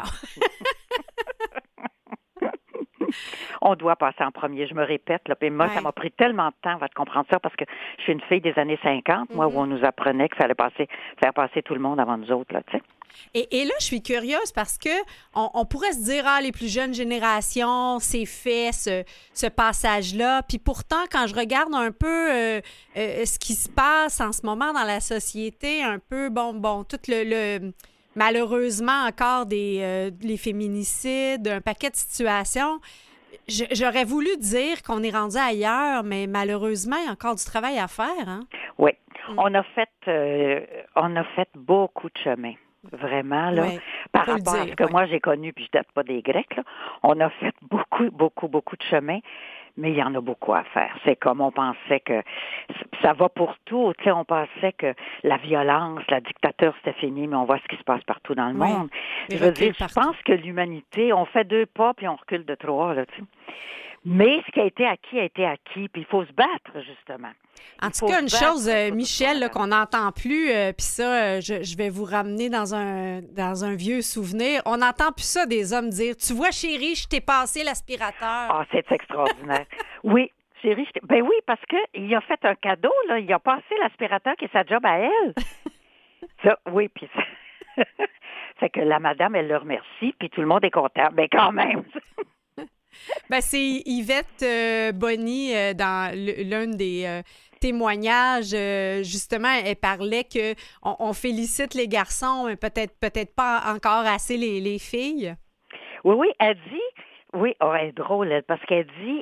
Speaker 8: On doit passer en premier, je me répète. Là, puis moi, ça m'a pris tellement de temps avant de comprendre ça parce que je suis une fille des années 50, moi, où on nous apprenait qu'il fallait faire passer tout le monde avant nous autres, là, tu sais.
Speaker 1: Et là, je suis curieuse parce que on pourrait se dire, les plus jeunes générations, c'est fait, ce passage-là. Puis pourtant, quand je regarde un peu ce qui se passe en ce moment dans la société, un peu, tout le malheureusement encore les féminicides, un paquet de situations. J'aurais voulu dire qu'on est rendu ailleurs, mais malheureusement, il y a encore du travail à faire. Hein?
Speaker 8: Oui. On a fait beaucoup de chemin. Vraiment, là, par rapport à ce que moi j'ai connu, puis je date pas des Grecs, là, on a fait beaucoup, beaucoup, beaucoup de chemin, mais il y en a beaucoup à faire. C'est comme on pensait que ça va pour tout, tu sais, on pensait que la violence, la dictature, c'était fini, mais on voit ce qui se passe partout dans le monde. Je veux dire, je pense que l'humanité, on fait 2 pas, puis on recule de 3, là, tu sais. Mais ce qui a été acquis, puis il faut se battre, justement.
Speaker 1: En tout cas, une chose, Michel, là, qu'on n'entend plus, puis ça, je vais vous ramener dans un vieux souvenir. On n'entend plus ça des hommes dire « Tu vois, chérie, je t'ai passé l'aspirateur. »
Speaker 8: Ah, c'est extraordinaire. Oui, chérie, ben oui, parce qu'il a fait un cadeau, là. Il a passé l'aspirateur qui est sa job à elle. Ça, oui, puis ça... fait que la madame, elle le remercie, puis tout le monde est content. Ben quand même.
Speaker 1: Ben, c'est Yvette Bonny dans l'un des témoignages. Justement, elle parlait que on félicite les garçons, mais peut-être pas encore assez les filles.
Speaker 8: Oui, elle dit... Oui, elle est drôle, elle, parce qu'elle dit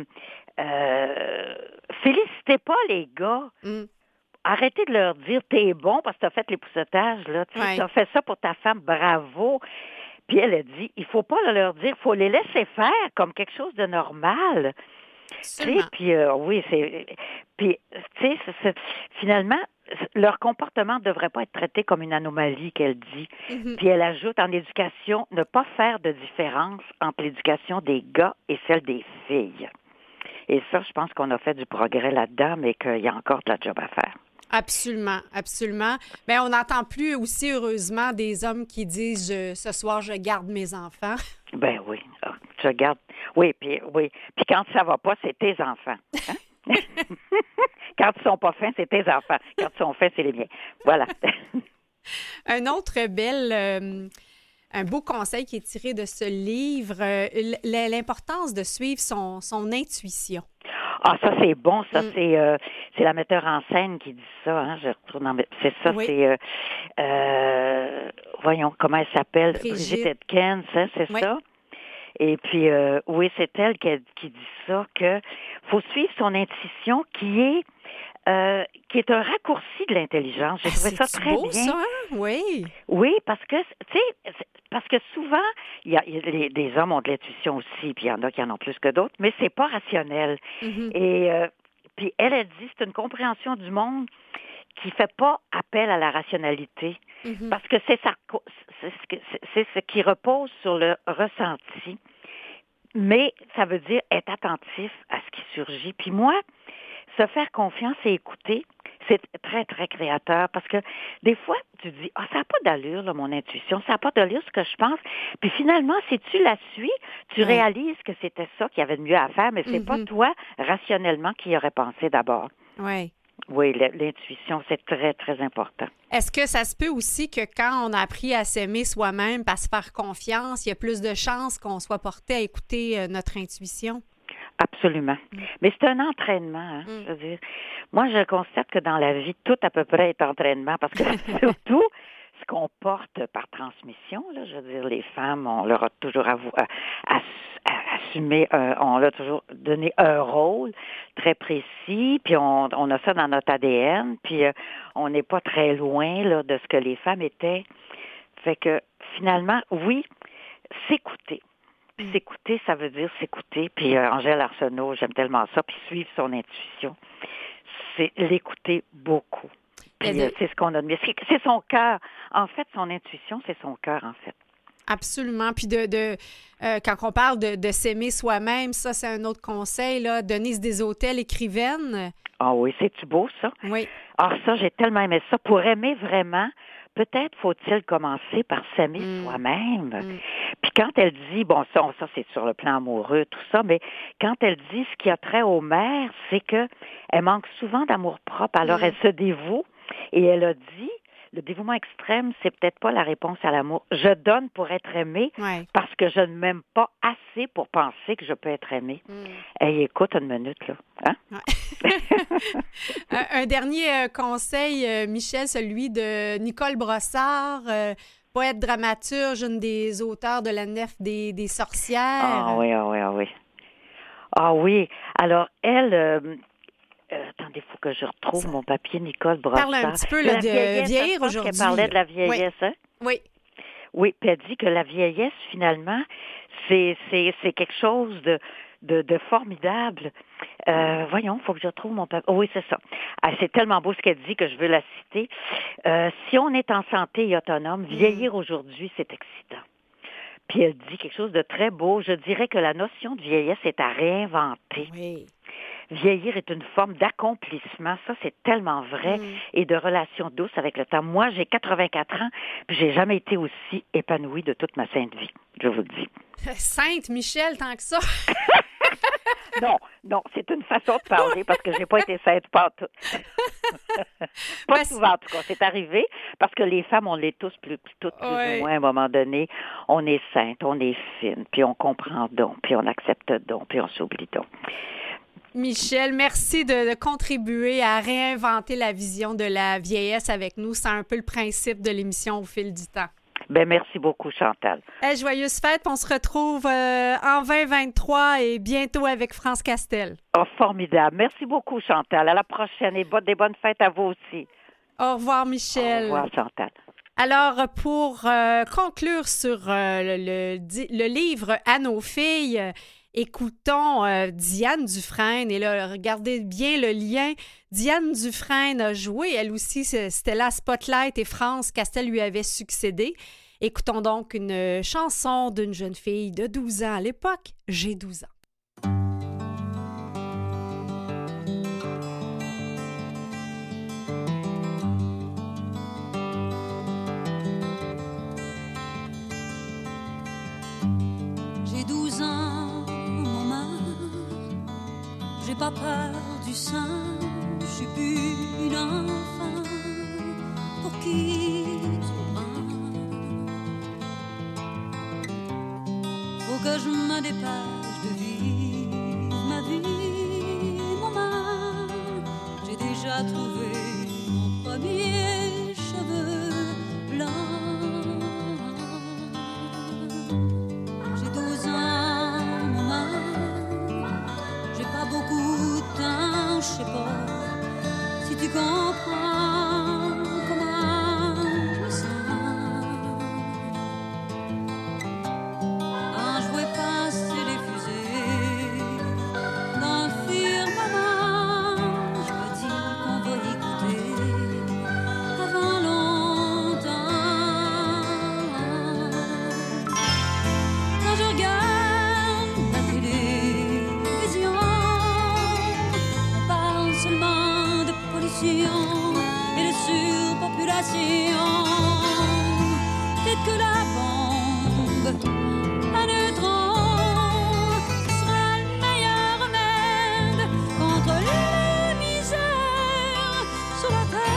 Speaker 8: félicitez pas les gars. Arrêtez de leur dire t'es bon parce que t'as fait l'époussetage, là. Tu as fait ça pour ta femme, bravo. Puis elle a dit, il faut pas leur dire, il faut les laisser faire comme quelque chose de normal. Tu sais, puis oui, c'est... Puis, tu sais, finalement, leur comportement ne devrait pas être traité comme une anomalie, qu'elle dit. Puis elle ajoute, en éducation, ne pas faire de différence entre l'éducation des gars et celle des filles. Et ça, je pense qu'on a fait du progrès là-dedans, mais qu'il y a encore de la job à faire.
Speaker 1: Absolument, absolument. Mais on n'entend plus aussi, heureusement, des hommes qui disent ce soir, je garde mes enfants.
Speaker 8: Ben oui, je garde. Oui, puis quand ça va pas, c'est tes enfants. Hein? Quand ils sont pas fins, c'est tes enfants. Quand ils sont fins, c'est les miens. Voilà.
Speaker 1: Un autre un beau conseil qui est tiré de ce livre, l'importance de suivre son intuition.
Speaker 8: Ah, ça, c'est bon. Ça, c'est la metteur en scène qui dit ça. Hein? Je retrouve dans... C'est ça,
Speaker 1: oui.
Speaker 8: c'est... voyons, comment elle s'appelle? Brigitte Atkins, hein, c'est
Speaker 1: oui.
Speaker 8: ça? Et puis, oui, c'est elle qui dit ça, que faut suivre son intuition qui est un raccourci de l'intelligence. J'ai trouvé ça très
Speaker 1: beau,
Speaker 8: bien.
Speaker 1: Ça, hein? Oui.
Speaker 8: Oui, parce que, tu sais, parce que souvent, des hommes ont de l'intuition aussi, puis il y en a qui en ont plus que d'autres, mais c'est pas rationnel.
Speaker 1: Mm-hmm.
Speaker 8: Et puis elle dit, c'est une compréhension du monde qui fait pas appel à la rationalité,
Speaker 1: mm-hmm.
Speaker 8: parce que c'est ce qui repose sur le ressenti. Mais ça veut dire être attentif à ce qui surgit. Puis moi, se faire confiance et écouter, c'est très, très créateur parce que des fois, tu dis, ça n'a pas d'allure, là, mon intuition, ça n'a pas d'allure ce que je pense. Puis finalement, si tu la suis, tu réalises que c'était ça qu'il y avait de mieux à faire, mais c'est pas toi, rationnellement, qui y aurais pensé d'abord.
Speaker 1: Oui.
Speaker 8: Oui, l'intuition, c'est très, très important.
Speaker 1: Est-ce que ça se peut aussi que quand on a appris à s'aimer soi-même, à se faire confiance, il y a plus de chances qu'on soit porté à écouter notre intuition?
Speaker 8: Absolument. Mais c'est un entraînement, hein, je veux dire. Moi, je constate que dans la vie, tout à peu près est entraînement parce que surtout ce qu'on porte par transmission, là, je veux dire, les femmes, on leur a toujours assumé, on leur a toujours donné un rôle très précis, puis on a ça dans notre ADN, puis on n'est pas très loin là, de ce que les femmes étaient. Fait que finalement, oui, s'écouter. Puis s'écouter, ça veut dire s'écouter. Puis Angèle Arsenault, j'aime tellement ça. Puis suivre son intuition, c'est l'écouter beaucoup. Puis c'est ce qu'on a de mieux. C'est son cœur. En fait, son intuition, c'est son cœur, en fait.
Speaker 1: Absolument. Puis quand on parle de s'aimer soi-même, ça, c'est un autre conseil, là. Denise Desautels, écrivaine.
Speaker 8: Ah oui, c'est-tu beau, ça?
Speaker 1: Oui.
Speaker 8: Ah, ça, j'ai tellement aimé ça. Pour aimer vraiment, peut-être faut-il commencer par s'aimer soi-même. Puis quand elle dit, bon, ça c'est sur le plan amoureux, tout ça, mais quand elle dit ce qui a trait aux mères, c'est que elle manque souvent d'amour propre. Alors elle se dévoue et elle a dit, le dévouement extrême, c'est peut-être pas la réponse à l'amour. Je donne pour être aimée parce que je ne m'aime pas assez pour penser que je peux être aimée. Hey, écoute une minute, là. Hein?
Speaker 1: Un dernier conseil, Michel, celui de Nicole Brossard, poète dramaturge, une des auteurs de la Nef des sorcières.
Speaker 8: Ah oui. Ah oui. Alors, elle... attendez, il faut que je retrouve mon papier, Nicole Brossard.
Speaker 1: Parle un petit peu là, de vieillir aujourd'hui.
Speaker 8: Elle parlait de la vieillesse, hein?
Speaker 1: Oui.
Speaker 8: Oui, puis elle dit que la vieillesse, finalement, c'est quelque chose de formidable. Voyons, il faut que je retrouve mon papier. Oh, oui, c'est ça. C'est tellement beau ce qu'elle dit que je veux la citer. Si on est en santé et autonome, vieillir aujourd'hui, c'est excitant. Puis elle dit quelque chose de très beau. Je dirais que la notion de vieillesse est à réinventer.
Speaker 1: Oui.
Speaker 8: Vieillir est une forme d'accomplissement. Ça, c'est tellement vrai. Et de relation douce avec le temps. Moi, j'ai 84 ans, puis j'ai jamais été aussi épanouie de toute ma sainte vie. Je vous le dis.
Speaker 1: Sainte, Michel, tant que ça.
Speaker 8: Non, c'est une façon de parler parce que j'ai pas été sainte partout. Pas souvent, en tout cas. C'est arrivé parce que les femmes, on l'est toutes plus ou moins à un moment donné. On est sainte, on est fine, puis on comprend donc, puis on accepte donc, puis on s'oublie donc.
Speaker 1: Michel, merci de contribuer à réinventer la vision de la vieillesse avec nous. C'est un peu le principe de l'émission Au fil du temps.
Speaker 8: Ben merci beaucoup, Chantal.
Speaker 1: Joyeuse fête. On se retrouve en 2023 et bientôt avec France Castel.
Speaker 8: Oh, formidable. Merci beaucoup, Chantal. À la prochaine et des bonnes fêtes à vous aussi.
Speaker 1: Au revoir, Michel.
Speaker 8: Au revoir, Chantal.
Speaker 1: Alors, pour conclure sur le livre À nos filles, écoutons Diane Dufresne. Et là, regardez bien le lien. Diane Dufresne a joué, elle aussi, c'était là Spotlight et France Castel lui avait succédé. Écoutons donc une chanson d'une jeune fille de 12 ans à l'époque. J'ai 12 ans.
Speaker 9: j'ai pas peur du sein, je suis plus une enfant pour qui tu prends. Faut que je me dépêche de vivre ma vie, maman. J'ai déjà trouvé mon premier cheveu blanc. J'ai 12 ans, maman. J'ai pas beaucoup de temps, je sais pas si tu comprends comment je me sens. Quand je vois passer les fusées dans le firmament, je me dis qu'on va écouter avant longtemps. Quand je regarde la télévision, on parle seulement de pollution et de surpopulation. Peut-être que la bombe à neutrons sera le meilleur remède contre la misère sur la terre.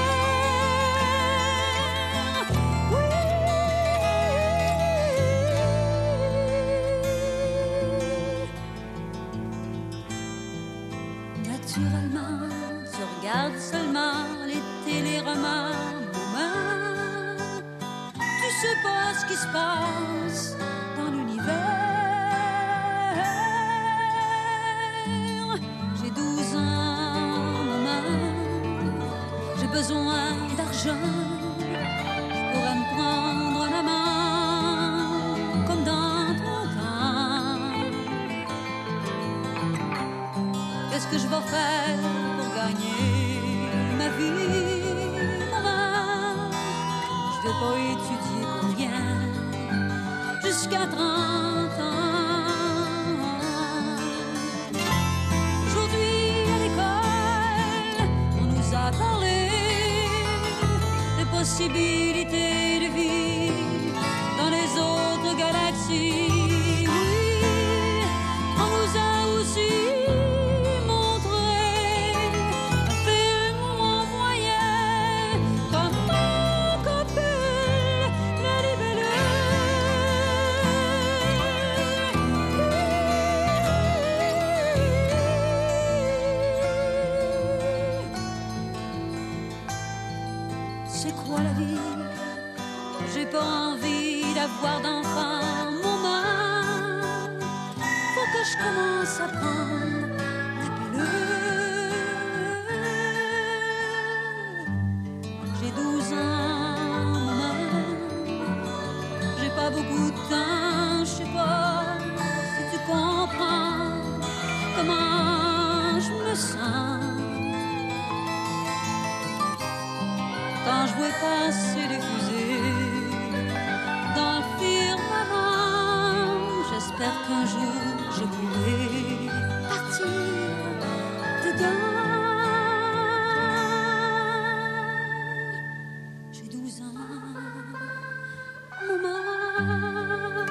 Speaker 9: Naturellement, je regarde seulement les téléromans, maman. Tu sais pas ce qui se passe dans l'univers. J'ai 12 ans, maman. J'ai besoin d'argent. Je pourrais me prendre un amant comme dans ton temps. Qu'est-ce que je vais faire pour gagner ma vie, maman? Je vais pas étudier pour rien jusqu'à 30 ans. Aujourd'hui à l'école, on nous a parlé des possibilités de vie dans les autres galaxies. Oui, on nous a aussi montré un film où on voyait comment copule la libellule. C'est quoi la vie? J'ai pas envie d'avoir d'enfant, maman. Faut que je commence à prendre la pilule. J'ai 12 ans, maman. J'ai pas beaucoup de temps, je sais pas si tu comprends comment je me sens. Quand je vois passer les fusées dans le firmament, j'espère qu'un jour je pourrai partir dedans. J'ai 12 ans, maman.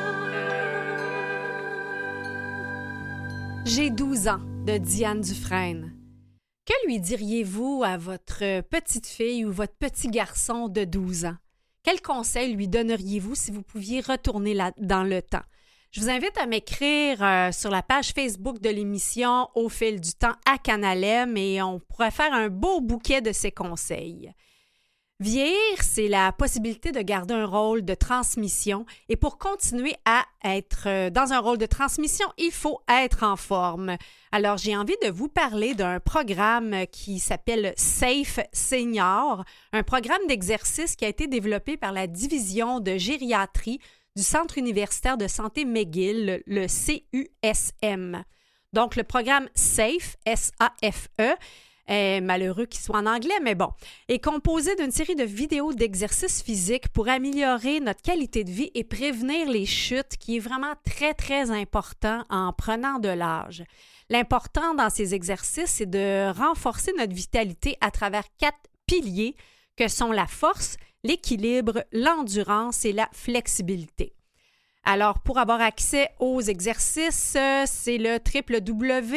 Speaker 1: J'ai 12 ans de Diane Dufresne. Que lui diriez-vous à votre petite fille ou votre petit garçon de 12 ans? Quel conseil lui donneriez-vous si vous pouviez retourner dans le temps? Je vous invite à m'écrire sur la page Facebook de l'émission Au fil du temps à Canalem et on pourrait faire un beau bouquet de ces conseils. Vieillir, c'est la possibilité de garder un rôle de transmission et pour continuer à être dans un rôle de transmission, il faut être en forme. Alors, j'ai envie de vous parler d'un programme qui s'appelle Safe Senior, un programme d'exercice qui a été développé par la division de gériatrie du Centre universitaire de santé McGill, le CUSM. Donc, le programme SAFE, S-A-F-E, malheureux qu'il soit en anglais, mais bon, est composé d'une série de vidéos d'exercices physiques pour améliorer notre qualité de vie et prévenir les chutes, qui est vraiment très, très important en prenant de l'âge. L'important dans ces exercices, c'est de renforcer notre vitalité à travers 4 piliers que sont la force, l'équilibre, l'endurance et la flexibilité. Alors, pour avoir accès aux exercices, c'est le www.safesenior.ca.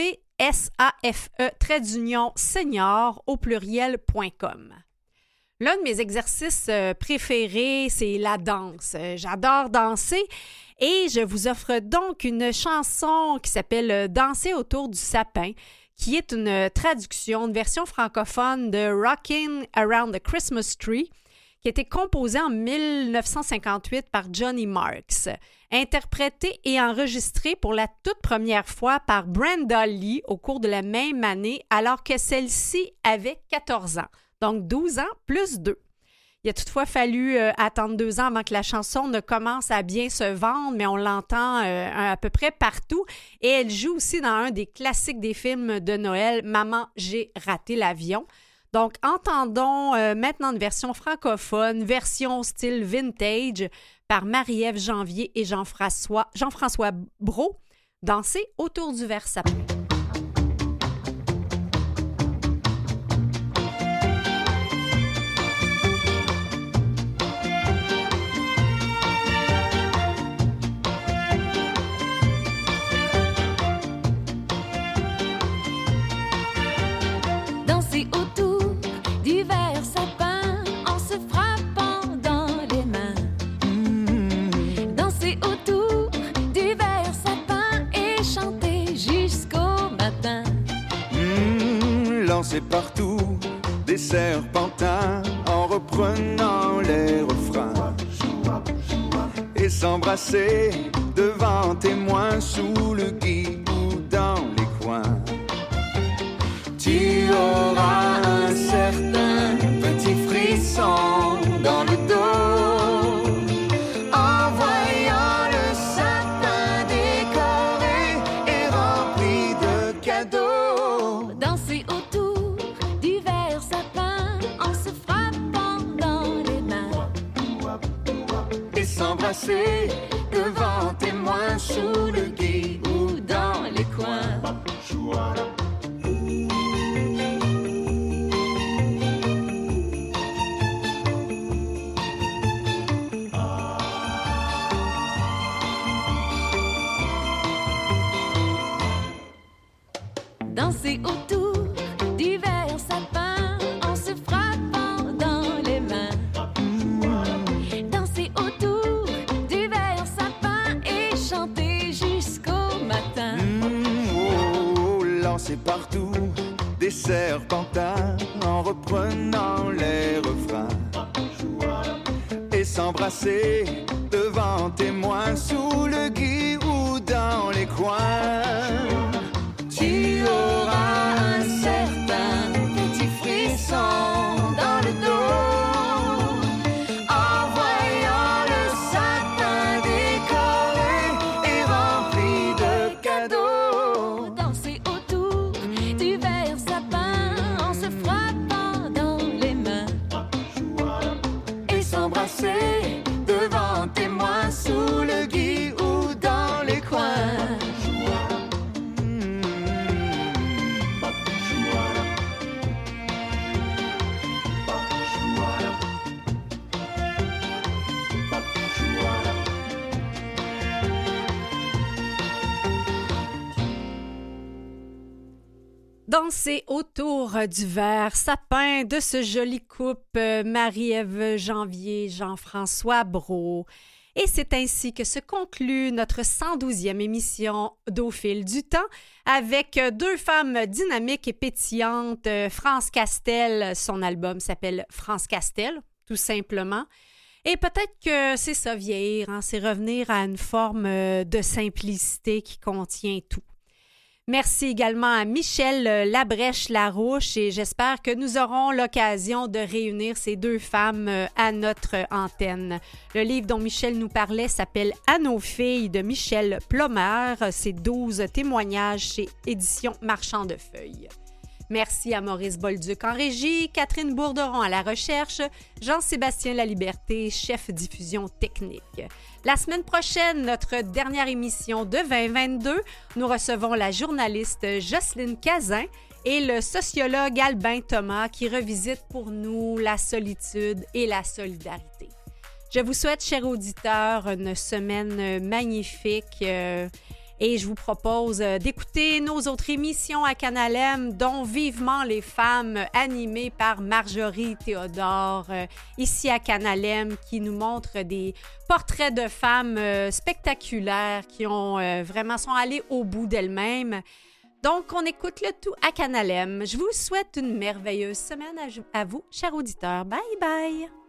Speaker 1: SAFE-senior au pluriel.com. L'un de mes exercices préférés, c'est la danse. J'adore danser et je vous offre donc une chanson qui s'appelle « Danser autour du sapin », qui est une traduction, une version francophone de « Rockin' Around the Christmas Tree », qui a été composée en 1958 par Johnny Marks, interprétée et enregistrée pour la toute première fois par Brenda Lee au cours de la même année, alors que celle-ci avait 14 ans. Donc, 12 ans plus 2. Il a toutefois fallu attendre 2 ans avant que la chanson ne commence à bien se vendre, mais on l'entend à peu près partout. Et elle joue aussi dans un des classiques des films de Noël, « Maman, j'ai raté l'avion ». Donc, entendons maintenant une version francophone, version style vintage, par Marie-Ève Janvier et Jean-François Brault, « Danser autour du verre sapin ».
Speaker 10: Lancer partout des serpentins en reprenant les refrains et s'embrasser devant témoins sous le gui ou dans les coins. Tu auras un certain petit frisson dans le dos en voyant le sapin décoré et rempli de cadeaux.
Speaker 2: Danser autour du verre sapin en se frappant dans les mains
Speaker 10: et s'embrasser devant témoins sous le gui ou dans les coins.
Speaker 2: Danser autour du verre sapin en se frappant dans les mains. Danser autour du verre sapin et chanter jusqu'au matin.
Speaker 10: Lancer partout des serpentins en reprenant les refrains et s'embrasser devant témoins sous le gui ou dans les coins. Tu auras un certain petit frisson dans le dos en voyant le sapin décoré et rempli de cadeaux.
Speaker 2: Danser autour du verre sapin en se frappant dans les mains
Speaker 10: et s'embrasser devant témoins sous le gui ou dans les coins.
Speaker 1: Danser autour du verre sapin de ce joli couple Marie-Ève Janvier, Jean-François Brault. Et c'est ainsi que se conclut notre 112e émission d'Au fil du temps avec 2 femmes dynamiques et pétillantes. France Castel, son album s'appelle France Castel, tout simplement. Et peut-être que c'est ça, vieillir, hein, c'est revenir à une forme de simplicité qui contient tout. Merci également à Michel Labrèche-Larouche et j'espère que nous aurons l'occasion de réunir ces 2 femmes à notre antenne. Le livre dont Michel nous parlait s'appelle « À nos filles » de Michel Plomer. C'est 12 témoignages chez Éditions Marchand de Feuilles. Merci à Maurice Bolduc en régie, Catherine Bourderon à la recherche, Jean-Sébastien Laliberté, chef diffusion technique. La semaine prochaine, notre dernière émission de 2022, nous recevons la journaliste Jocelyne Cazin et le sociologue Albin Thomas qui revisitent pour nous la solitude et la solidarité. Je vous souhaite, chers auditeurs, une semaine magnifique Et je vous propose d'écouter nos autres émissions à Canal M, dont Vivement les femmes, animées par Marjorie Théodore, ici à Canal M, qui nous montre des portraits de femmes spectaculaires qui ont vraiment sont allées au bout d'elles-mêmes. Donc, on écoute le tout à Canal M. Je vous souhaite une merveilleuse semaine à vous, chers auditeurs. Bye bye!